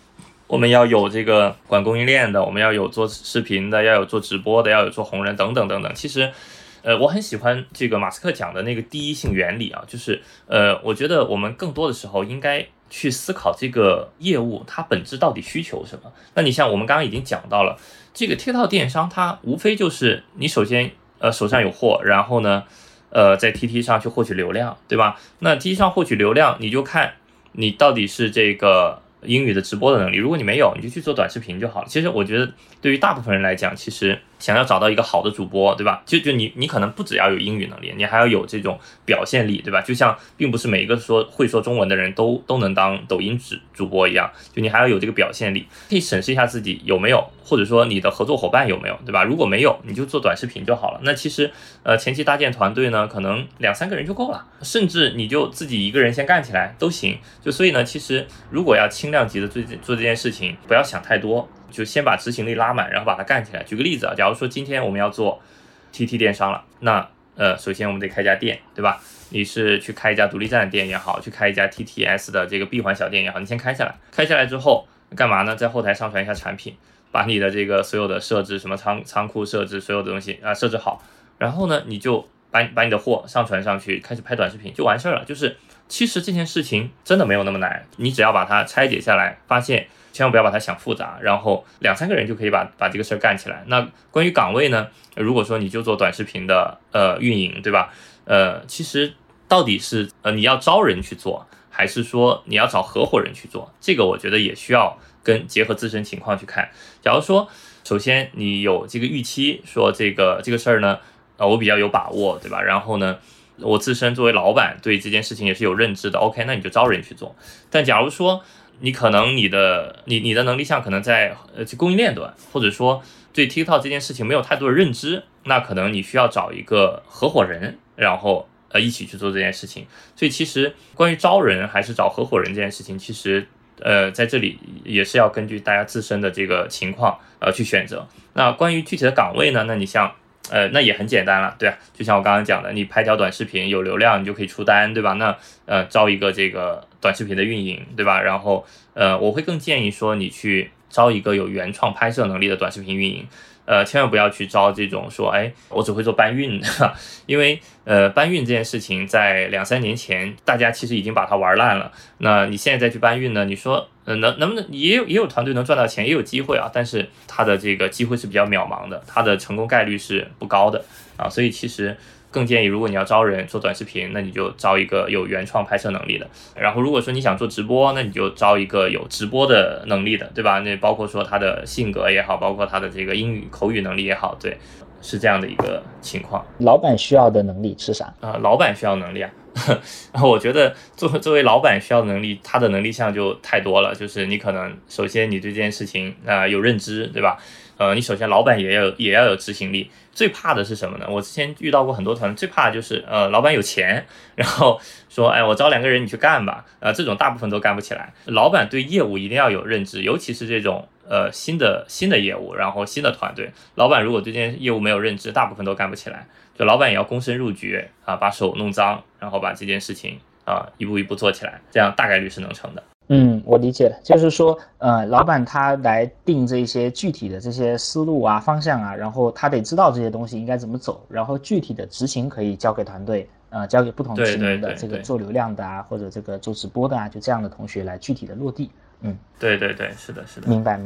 我们要有这个管供应链的，我们要有做视频的，要有做直播的，要有做红人等等等等。其实我很喜欢这个马斯克讲的那个第一性原理啊，就是我觉得我们更多的时候应该去思考这个业务它本质到底需求什么。那你像我们刚刚已经讲到了，这个TikTok电商它无非就是你首先手上有货，然后呢在 TT 上去获取流量，对吧？那 TT 上获取流量，你就看你到底是这个英语的直播的能力，如果你没有，你就去做短视频就好了。其实我觉得对于大部分人来讲，其实想要找到一个好的主播，对吧？就你可能不只要有英语能力，你还要有这种表现力，对吧？就像并不是每一个会说中文的人都能当抖音主播一样，就你还要有这个表现力，可以审视一下自己有没有，或者说你的合作伙伴有没有，对吧？如果没有，你就做短视频就好了。那其实前期搭建团队呢，可能2-3个人就够了，甚至你就自己一个人先干起来都行。就所以呢，其实如果要轻量级的做这件事情，不要想太多，就先把执行力拉满，然后把它干起来。举个例子啊，假如说今天我们要做 TT 电商了，那首先我们得开一家店，对吧？你是去开一家独立站的店也好，去开一家 TTS 的这个闭环小店也好，你先开下来。开下来之后干嘛呢？在后台上传一下产品，把你的这个所有的设置，什么仓库设置，所有的东西设置好，然后呢，你就把你的货上传上去，开始拍短视频就完事儿了。就是其实这件事情真的没有那么难，你只要把它拆解下来，发现千万不要把它想复杂，然后2-3个人就可以把这个事儿干起来。那关于岗位呢，如果说你就做短视频的运营，对吧？其实到底是你要招人去做，还是说你要找合伙人去做，这个我觉得也需要结合自身情况去看。假如说首先你有这个预期，说这个事儿呢我比较有把握，对吧？然后呢我自身作为老板对这件事情也是有认知的 OK， 那你就招人去做。但假如说你可能你的能力项可能在供应链端，或者说对 TikTok 这件事情没有太多的认知，那可能你需要找一个合伙人，然后一起去做这件事情。所以其实关于招人还是找合伙人这件事情，其实在这里也是要根据大家自身的这个情况去选择。那关于具体的岗位呢，那你像那也很简单了，对啊，就像我刚刚讲的，你拍条短视频有流量，你就可以出单，对吧？那招一个这个短视频的运营，对吧？然后我会更建议说你去招一个有原创拍摄能力的短视频运营。千万不要去招这种说，我只会做搬运，因为搬运这件事情在2-3年前大家其实已经把它玩烂了。那你现在再去搬运呢？你说能不能也有团队能赚到钱，也有机会啊，但是它的这个机会是比较渺茫的，它的成功概率是不高的啊。所以其实更建议，如果你要招人做短视频，那你就招一个有原创拍摄能力的。然后如果说你想做直播，那你就招一个有直播的能力的，对吧？那包括说他的性格也好，包括他的这个英语口语能力也好，对，是这样的一个情况。 老板需要的能力是啥？ 老板需要能力啊我觉得作为老板需要的能力，他的能力项就太多了。就是你可能首先你对这件事情有认知，对吧？你首先老板也要有执行力。最怕的是什么呢？我之前遇到过很多团队，最怕的就是老板有钱，然后说我招2个人你去干吧，这种大部分都干不起来。老板对业务一定要有认知，尤其是这种新的业务，然后新的团队，老板如果对这件业务没有认知，大部分都干不起来。就老板也要躬身入局把手弄脏，然后把这件事情一步一步做起来，这样大概率是能成的。 我理解了，就是说老板他来定这些具体的这些思路啊方向啊，然后他得知道这些东西应该怎么走，然后具体的执行可以交给团队交给不同职能的这个做流量的啊，或者这个做直播的啊，就这样的同学来具体的落地。 对，是的明白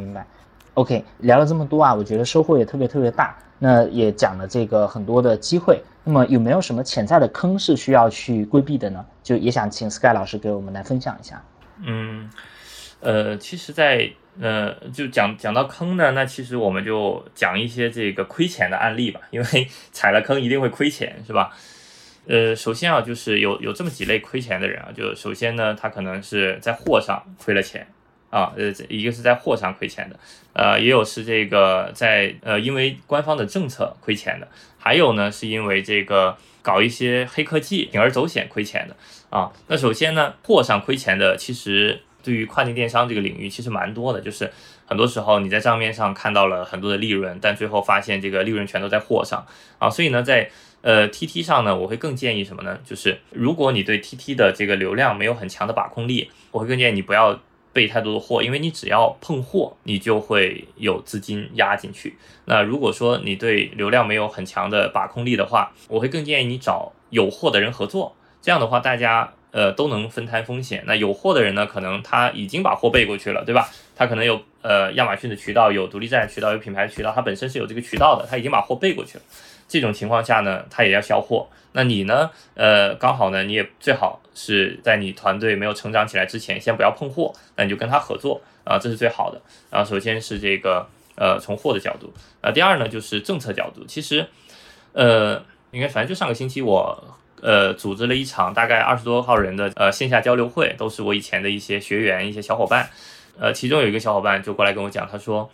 OK， 聊了这么多啊，我觉得收获也特别大，那也讲了这个很多的机会。那么有没有什么潜在的坑是需要去规避的呢？就也想请 Sky 老师给我们来分享一下。 其实就讲到坑呢，那其实我们就讲一些这个亏钱的案例吧，因为踩了坑一定会亏钱，是吧？首先就是有这么几类亏钱的人就首先呢，他可能是在货上亏了钱一个是在货上亏钱的，也有是这个在因为官方的政策亏钱的，还有呢是因为这个搞一些黑科技铤而走险亏钱的那首先呢，货上亏钱的其实对于跨境电商这个领域其实蛮多的，就是很多时候你在账面上看到了很多的利润，但最后发现这个利润全都在货上所以呢在TT 上呢，我会更建议什么呢？就是如果你对 TT 的这个流量没有很强的把控力，我会更建议你不要备太多的货，因为你只要碰货，你就会有资金压进去。那如果说你对流量没有很强的把控力的话，我会更建议你找有货的人合作，这样的话大家都能分摊风险。那有货的人呢，可能他已经把货备过去了，对吧？他可能有亚马逊的渠道，有独立站的渠道，有品牌的渠道，他本身是有这个渠道的，他已经把货备过去了。这种情况下呢，他也要销货。那你呢，刚好呢，你也最好是在你团队没有成长起来之前，先不要碰货，那你就跟他合作啊，这是最好的。然后首先是这个从货的角度，第二呢就是政策角度。其实应该反正就上个星期我组织了一场大概20多号人的线下交流会，都是我以前的一些学员、一些小伙伴。其中有一个小伙伴就过来跟我讲，他说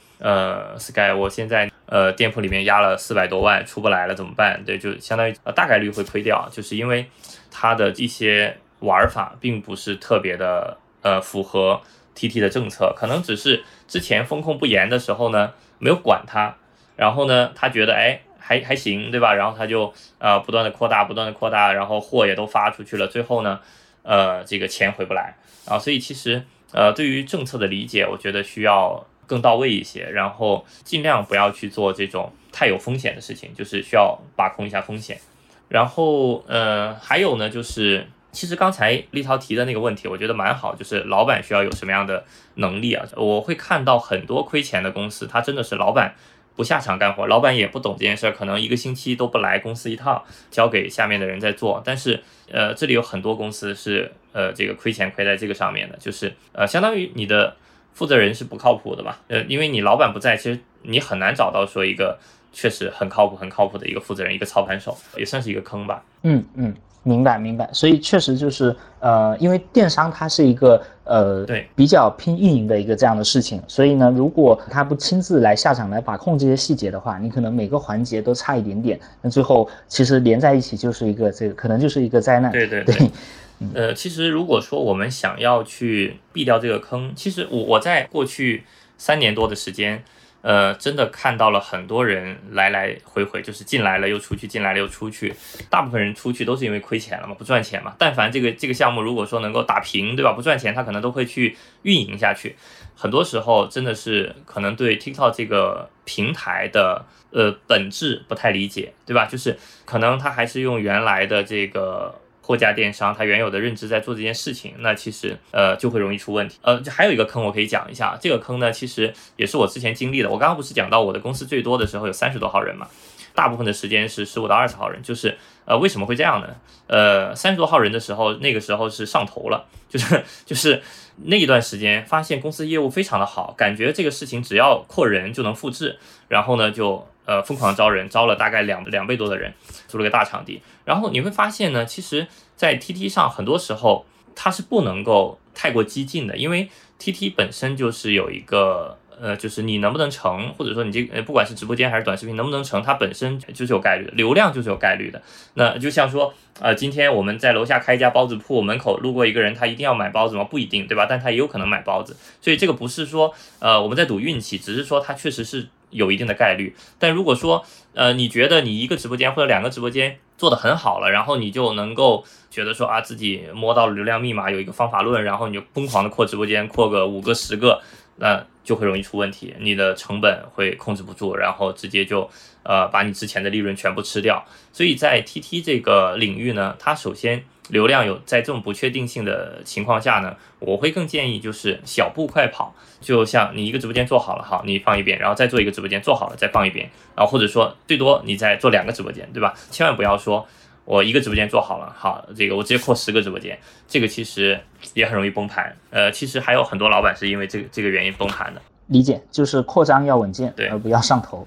Sky 我现在店铺里面压了400多万出不来了怎么办？对，就相当于大概率会亏掉，就是因为他的一些玩法并不是特别的符合 TT 的政策，可能只是之前风控不严的时候呢没有管它，然后呢他觉得还行，对吧？然后他就不断的扩大，然后货也都发出去了，最后呢这个钱回不来啊，所以其实对于政策的理解，我觉得需要更到位一些，然后尽量不要去做这种太有风险的事情，就是需要把控一下风险。然后还有呢，就是其实刚才立涛提的那个问题，我觉得蛮好，就是老板需要有什么样的能力啊？我会看到很多亏钱的公司，他真的是老板不下场干活，老板也不懂这件事，可能1个星期都不来公司一趟，交给下面的人在做。但是这里有很多公司是这个亏钱亏在这个上面的，就是相当于你的负责人是不靠谱的嘛，因为你老板不在，其实你很难找到说一个确实很靠谱的一个负责人，一个操盘手，也算是一个坑吧。 明白。所以确实就是因为电商它是一个对比较拼运营的一个这样的事情，所以呢，如果他不亲自来下场来把控这些细节的话，你可能每个环节都差一点点，那最后其实连在一起就是一个可能就是一个灾难。 对。其实如果说我们想要去避掉这个坑，其实我在过去3年多的时间，真的看到了很多人来回，就是进来了又出去，进来了又出去。大部分人出去都是因为亏钱了嘛，不赚钱嘛。但凡这个项目如果说能够打平，对吧？不赚钱，他可能都会去运营下去。很多时候真的是可能对 TikTok 这个平台的本质不太理解，对吧？就是可能他还是用原来的这个货架电商他原有的认知在做这件事情，那其实就会容易出问题。还有一个坑我可以讲一下，这个坑呢其实也是我之前经历的。我刚刚不是讲到我的公司最多的时候有30多号人嘛，大部分的时间是15到20号人，就是为什么会这样呢？30多号人的时候，那个时候是上头了，就是那一段时间发现公司业务非常的好，感觉这个事情只要扩人就能复制，然后呢就疯狂招人，招了大概两倍多的人，租了个大场地。然后你会发现呢，其实在 TT 上很多时候它是不能够太过激进的，因为 TT 本身就是有一个就是你能不能成，或者说你这不管是直播间还是短视频能不能成，它本身就是有概率的，流量就是有概率的。那就像说今天我们在楼下开一家包子铺，门口路过一个人，他一定要买包子吗？不一定，对吧？但他也有可能买包子，所以这个不是说我们在赌运气，只是说它确实是有一定的概率。但如果说你觉得你一个直播间或者2个直播间做得很好了，然后你就能够觉得说自己摸到了流量密码，有一个方法论，然后你就疯狂的扩直播间，扩个5个10个，那就会容易出问题，你的成本会控制不住，然后直接就把你之前的利润全部吃掉。所以在 TT 这个领域呢，它首先流量有在这种不确定性的情况下呢，我会更建议就是小步快跑，就像你一个直播间做好了，好，你放一边，然后再做一个直播间做好了再放一边，然后或者说最多你再做2个直播间，对吧？千万不要说我一个直播间做好了，好，这个我直接扩10个直播间，这个其实也很容易崩盘。其实还有很多老板是因为这个原因崩盘的。 理解，就是扩张要稳健，而不要上头。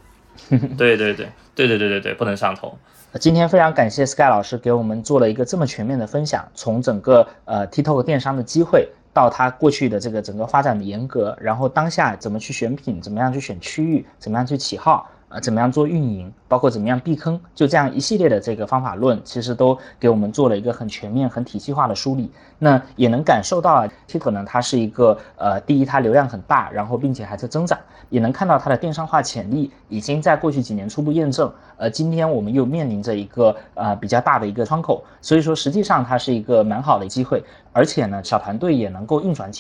对，不能上头。 今天非常感谢 Sky 老师给我们做了一个这么全面的分享，从整个TikTok 电商的机会到它过去的这个整个发展的严格，然后当下怎么去选品，怎么样去选区域，怎么样去起号，怎么样做运营，包括怎么样避坑，就这样一系列的这个方法论，其实都给我们做了一个很全面、很体系化的梳理。那也能感受到TikTok 呢，它是一个第一它流量很大，然后并且还在增长，也能看到它的电商化潜力已经在过去几年初步验证。今天我们又面临着一个比较大的一个窗口，所以说实际上它是一个蛮好的机会，而且呢小团队也能够运转起来。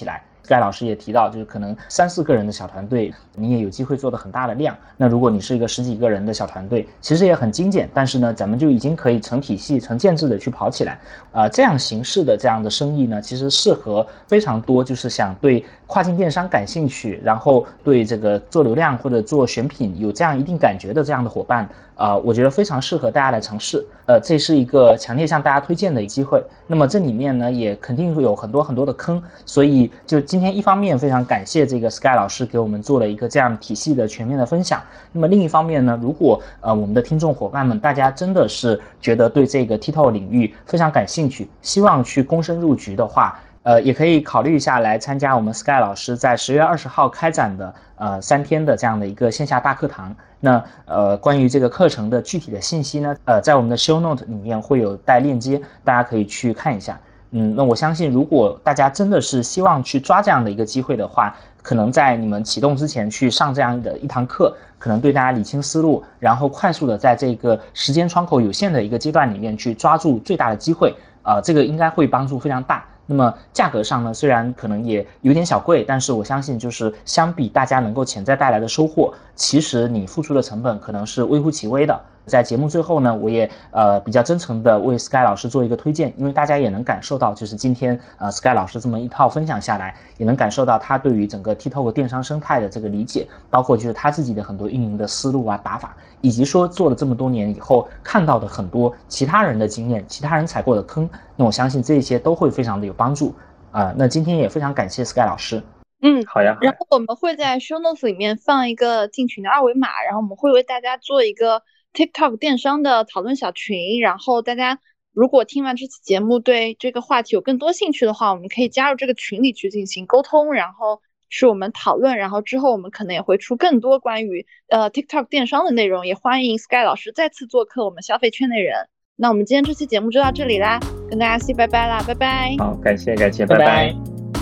Sky 老师也提到，就是可能3-4个人的小团队，你也有机会做得很大的量。那如果你是一个10几个人的小团队，其实也很精简，但是呢，咱们就已经可以成体系、成建制的去跑起来。这样形式的这样的生意呢，其实适合非常多，就是想对跨境电商感兴趣，然后对这个做流量或者做选品有这样一定感觉的这样的伙伴。我觉得非常适合大家来尝试，这是一个强烈向大家推荐的机会。那么这里面呢，也肯定会有很多很多的坑，所以就今天一方面非常感谢这个 Sky 老师给我们做了一个这样体系的全面的分享。那么另一方面呢，如果我们的听众伙伴们大家真的是觉得对这个 TikTok 领域非常感兴趣，希望去躬身入局的话，也可以考虑一下来参加我们 Sky 老师在10月20号开展的3天的这样的一个线下大课堂。那关于这个课程的具体的信息呢，在我们的 show note 里面会有带链接，大家可以去看一下。那我相信如果大家真的是希望去抓这样的一个机会的话，可能在你们启动之前去上这样的一堂课，可能对大家理清思路，然后快速的在这个时间窗口有限的一个阶段里面去抓住最大的机会，这个应该会帮助非常大。那么价格上呢，虽然可能也有点小贵，但是我相信就是相比大家能够潜在带来的收获，其实你付出的成本可能是微乎其微的。在节目最后呢，我也比较真诚的为 Sky 老师做一个推荐，因为大家也能感受到，就是今天Sky 老师这么一套分享下来，也能感受到他对于整个 TikTok 电商生态的这个理解，包括就是他自己的很多运营的思路啊、打法，以及说做了这么多年以后看到的很多其他人的经验、其他人踩过的坑，那我相信这些都会非常的有帮助那今天也非常感谢 Sky 老师。 好呀。 然后我们会在 show notes 里面放一个进群的二维码，然后我们会为大家做一个 TikTok 电商的讨论小群，然后大家如果听完这期节目对这个话题有更多兴趣的话，我们可以加入这个群里去进行沟通，然后是我们讨论，然后之后我们可能也会出更多关于TikTok 电商的内容，也欢迎 Sky 老师再次做客我们消费圈内人。那我们今天这期节目就到这里啦，跟大家 say 拜拜啦，拜拜。 好，感谢，拜拜。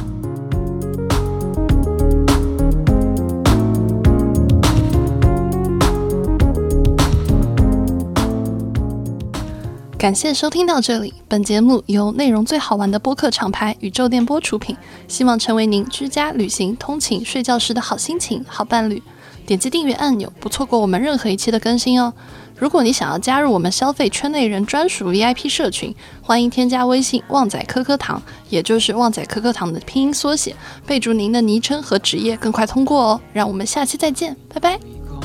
感谢收听到这里，本节目由内容最好玩的播客厂牌宇宙电波出品，希望成为您居家、旅行、通勤、睡觉时的好心情、好伴侣。点击订阅按钮，不错过我们任何一期的更新哦。如果你想要加入我们消费圈内人专属 VIP 社群，欢迎添加微信旺仔可可糖，也就是旺仔可可糖的拼音缩写，备注您的昵称和职業，更快通过哦。让我们下期再见，拜拜。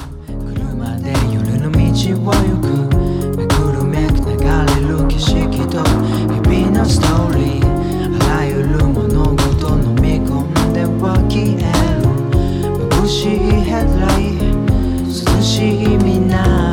景と日々のストーリーあらゆる物事飲み込んでは消える眩しいヘッドライト涼しい未来